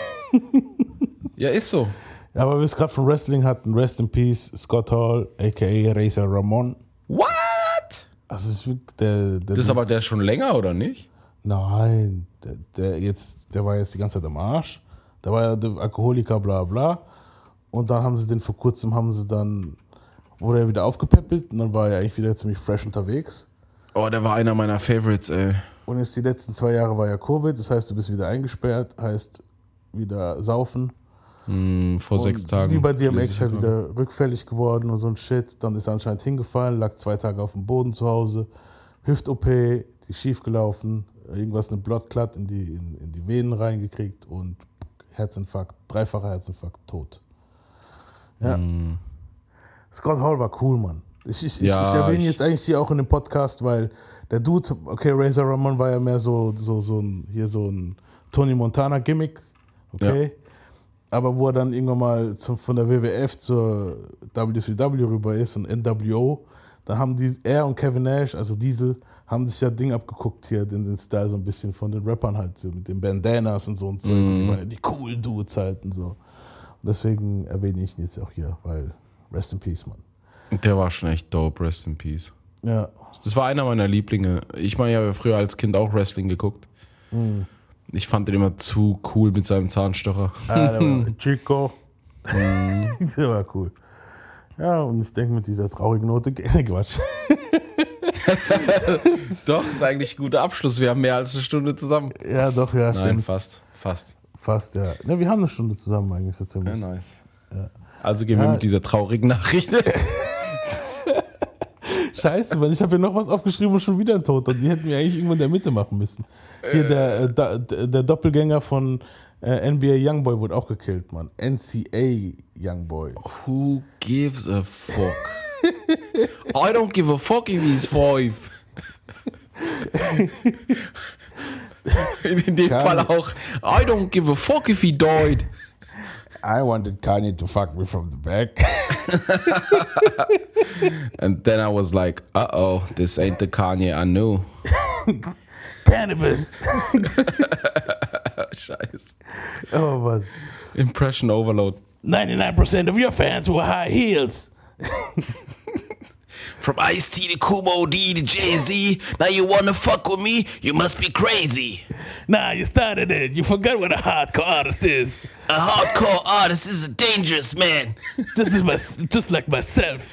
Ja, ist so. Ja, aber wir es gerade von Wrestling hatten, Rest in Peace, Scott Hall, aka Razor Ramon. What? Also es ist wirklich der, der Das ist aber der schon länger, oder nicht? Nein, der, der jetzt, der war jetzt die ganze Zeit am Arsch. Der war ja der Alkoholiker, bla bla. Und dann haben sie den vor kurzem, haben sie dann, wurde er wieder aufgepäppelt und dann war er eigentlich wieder ziemlich fresh unterwegs. Oh, der war einer meiner Favorites, ey. Und jetzt die letzten zwei Jahre war ja Covid, das heißt, du bist wieder eingesperrt, heißt wieder saufen. Mm, vor und sechs Tagen. Wie bei D M X halt wieder rückfällig geworden und so ein Shit. Dann ist er anscheinend hingefallen, lag zwei Tage auf dem Boden zu Hause. Hüft-O P, die ist schief gelaufen, irgendwas, eine Bloodclot in die, in, in die Venen reingekriegt und Herzinfarkt, dreifacher Herzinfarkt, tot. Ja. Mm. Scott Hall war cool, Mann. Ich, ich, ja, ich, ich erwähne ich jetzt eigentlich hier auch in dem Podcast, weil der Dude, okay, Razor Ramon war ja mehr so, so, so ein, hier so ein Tony Montana-Gimmick, okay? Ja. Aber wo er dann irgendwann mal zum, von der W W F zur W C W rüber ist und N W O, da haben die, er und Kevin Nash, also Diesel, haben sich ja Ding abgeguckt hier, den, den Style so ein bisschen von den Rappern halt, so mit den Bandanas und so und so, mm. und die waren ja die coolen Dudes halt und so. Und deswegen erwähne ich ihn jetzt auch hier, weil Rest in Peace, Mann. Der war schon echt dope, Rest in Peace. Ja. Das war einer meiner Lieblinge. Ich meine, ich habe ja früher als Kind auch Wrestling geguckt. Mm. Ich fand den immer zu cool mit seinem Zahnstocher. Ah, der war Chico. Mm. Der war cool. Ja, und ich denke mit dieser traurigen Note, Quatsch. Doch, ist eigentlich ein guter Abschluss. Wir haben mehr als eine Stunde zusammen. Ja, doch, ja, Nein, stimmt. fast. Fast. Fast, ja. Ne, wir haben eine Stunde zusammen eigentlich. Das ja, nice. Ja. Also gehen ja. wir mit dieser traurigen Nachricht. Scheiße, weil ich habe ja noch was aufgeschrieben und schon wieder ein Toter. Die hätten wir eigentlich irgendwo in der Mitte machen müssen. Hier der, der, der Doppelgänger von äh, N B A Youngboy wurde auch gekillt, Mann. N C A Youngboy. Who gives a fuck? I don't give a fuck if he's five. In dem Fall auch, I don't give a fuck if he died. I wanted Kanye to fuck me from the back. And then I was like, uh-oh, this ain't the Kanye I knew. Cannabis. Scheiße. Oh Mann. Impression Overload. ninety-nine percent of your fans were high heels. From Ice-T to Kumo D to Jay-Z, now you wanna fuck with me? You must be crazy. Nah, you started it. You forgot what a hardcore artist is. A hardcore artist is a dangerous man. Just, as my, just like myself.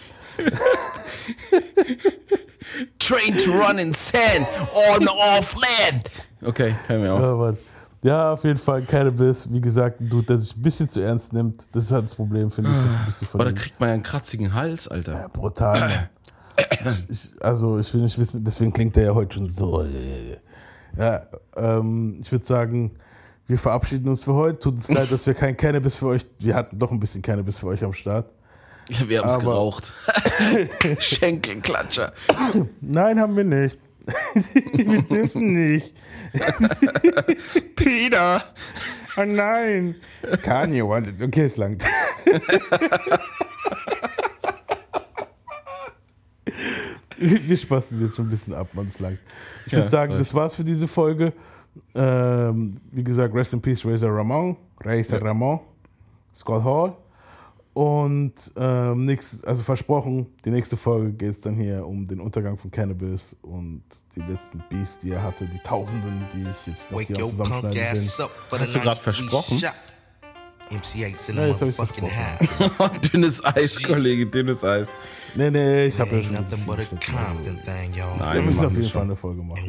Trained to run in sand, on the off land. Okay, hör mir auf. Oh, Mann. Ja, auf jeden Fall Cannabis. Wie gesagt, ein Dude, der sich ein bisschen zu ernst nimmt. Das ist halt das Problem, finde ich. So ein bisschen von Aber da ihm. kriegt man ja einen kratzigen Hals, Alter. Ja, brutal, Mann. Ich, also, ich will nicht wissen, deswegen klingt der ja heute schon so. Ja, ähm, ich würde sagen, wir verabschieden uns für heute. Tut uns leid, dass wir kein Cannabis für euch, wir hatten doch ein bisschen Cannabis für euch am Start. Ja, wir haben es geraucht. Schenkelklatscher. Nein, haben wir nicht. Wir dürfen nicht. Peter. Oh nein. Kanye wanted. Okay, es langt. Wir spaßen jetzt schon ein bisschen ab, man, es langt. Ich würde ja, sagen, das war's für diese Folge. Ähm, wie gesagt, Rest in Peace, Razor Ramon. Razor ja. Ramon. Scott Hall. Und ähm, nächstes, also versprochen, die nächste Folge geht es dann hier um den Untergang von Cannabis und die letzten Beats, die er hatte, die Tausenden, die ich jetzt noch hier am Zusammenschneiden bin. Hast du gerade versprochen? Ja, jetzt habe ich versprochen. Dünnes Eis, Kollege, dünnes Eis. Nee, nee, ich habe ja schon Nein, wir müssen auf jeden Fall eine Folge machen.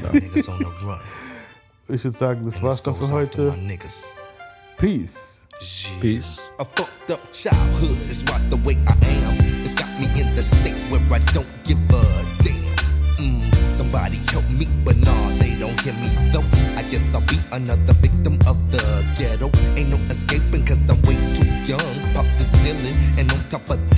Ich würde sagen, das war's dann für heute. Peace. Peace. A fucked up childhood is right the way I am. It's got me in the state where I don't give a damn. Mm, somebody help me, but nah, they don't hear me though. I guess I'll be another victim of the ghetto. Ain't no escaping cause I'm way too young. Pops is dealing, and on top of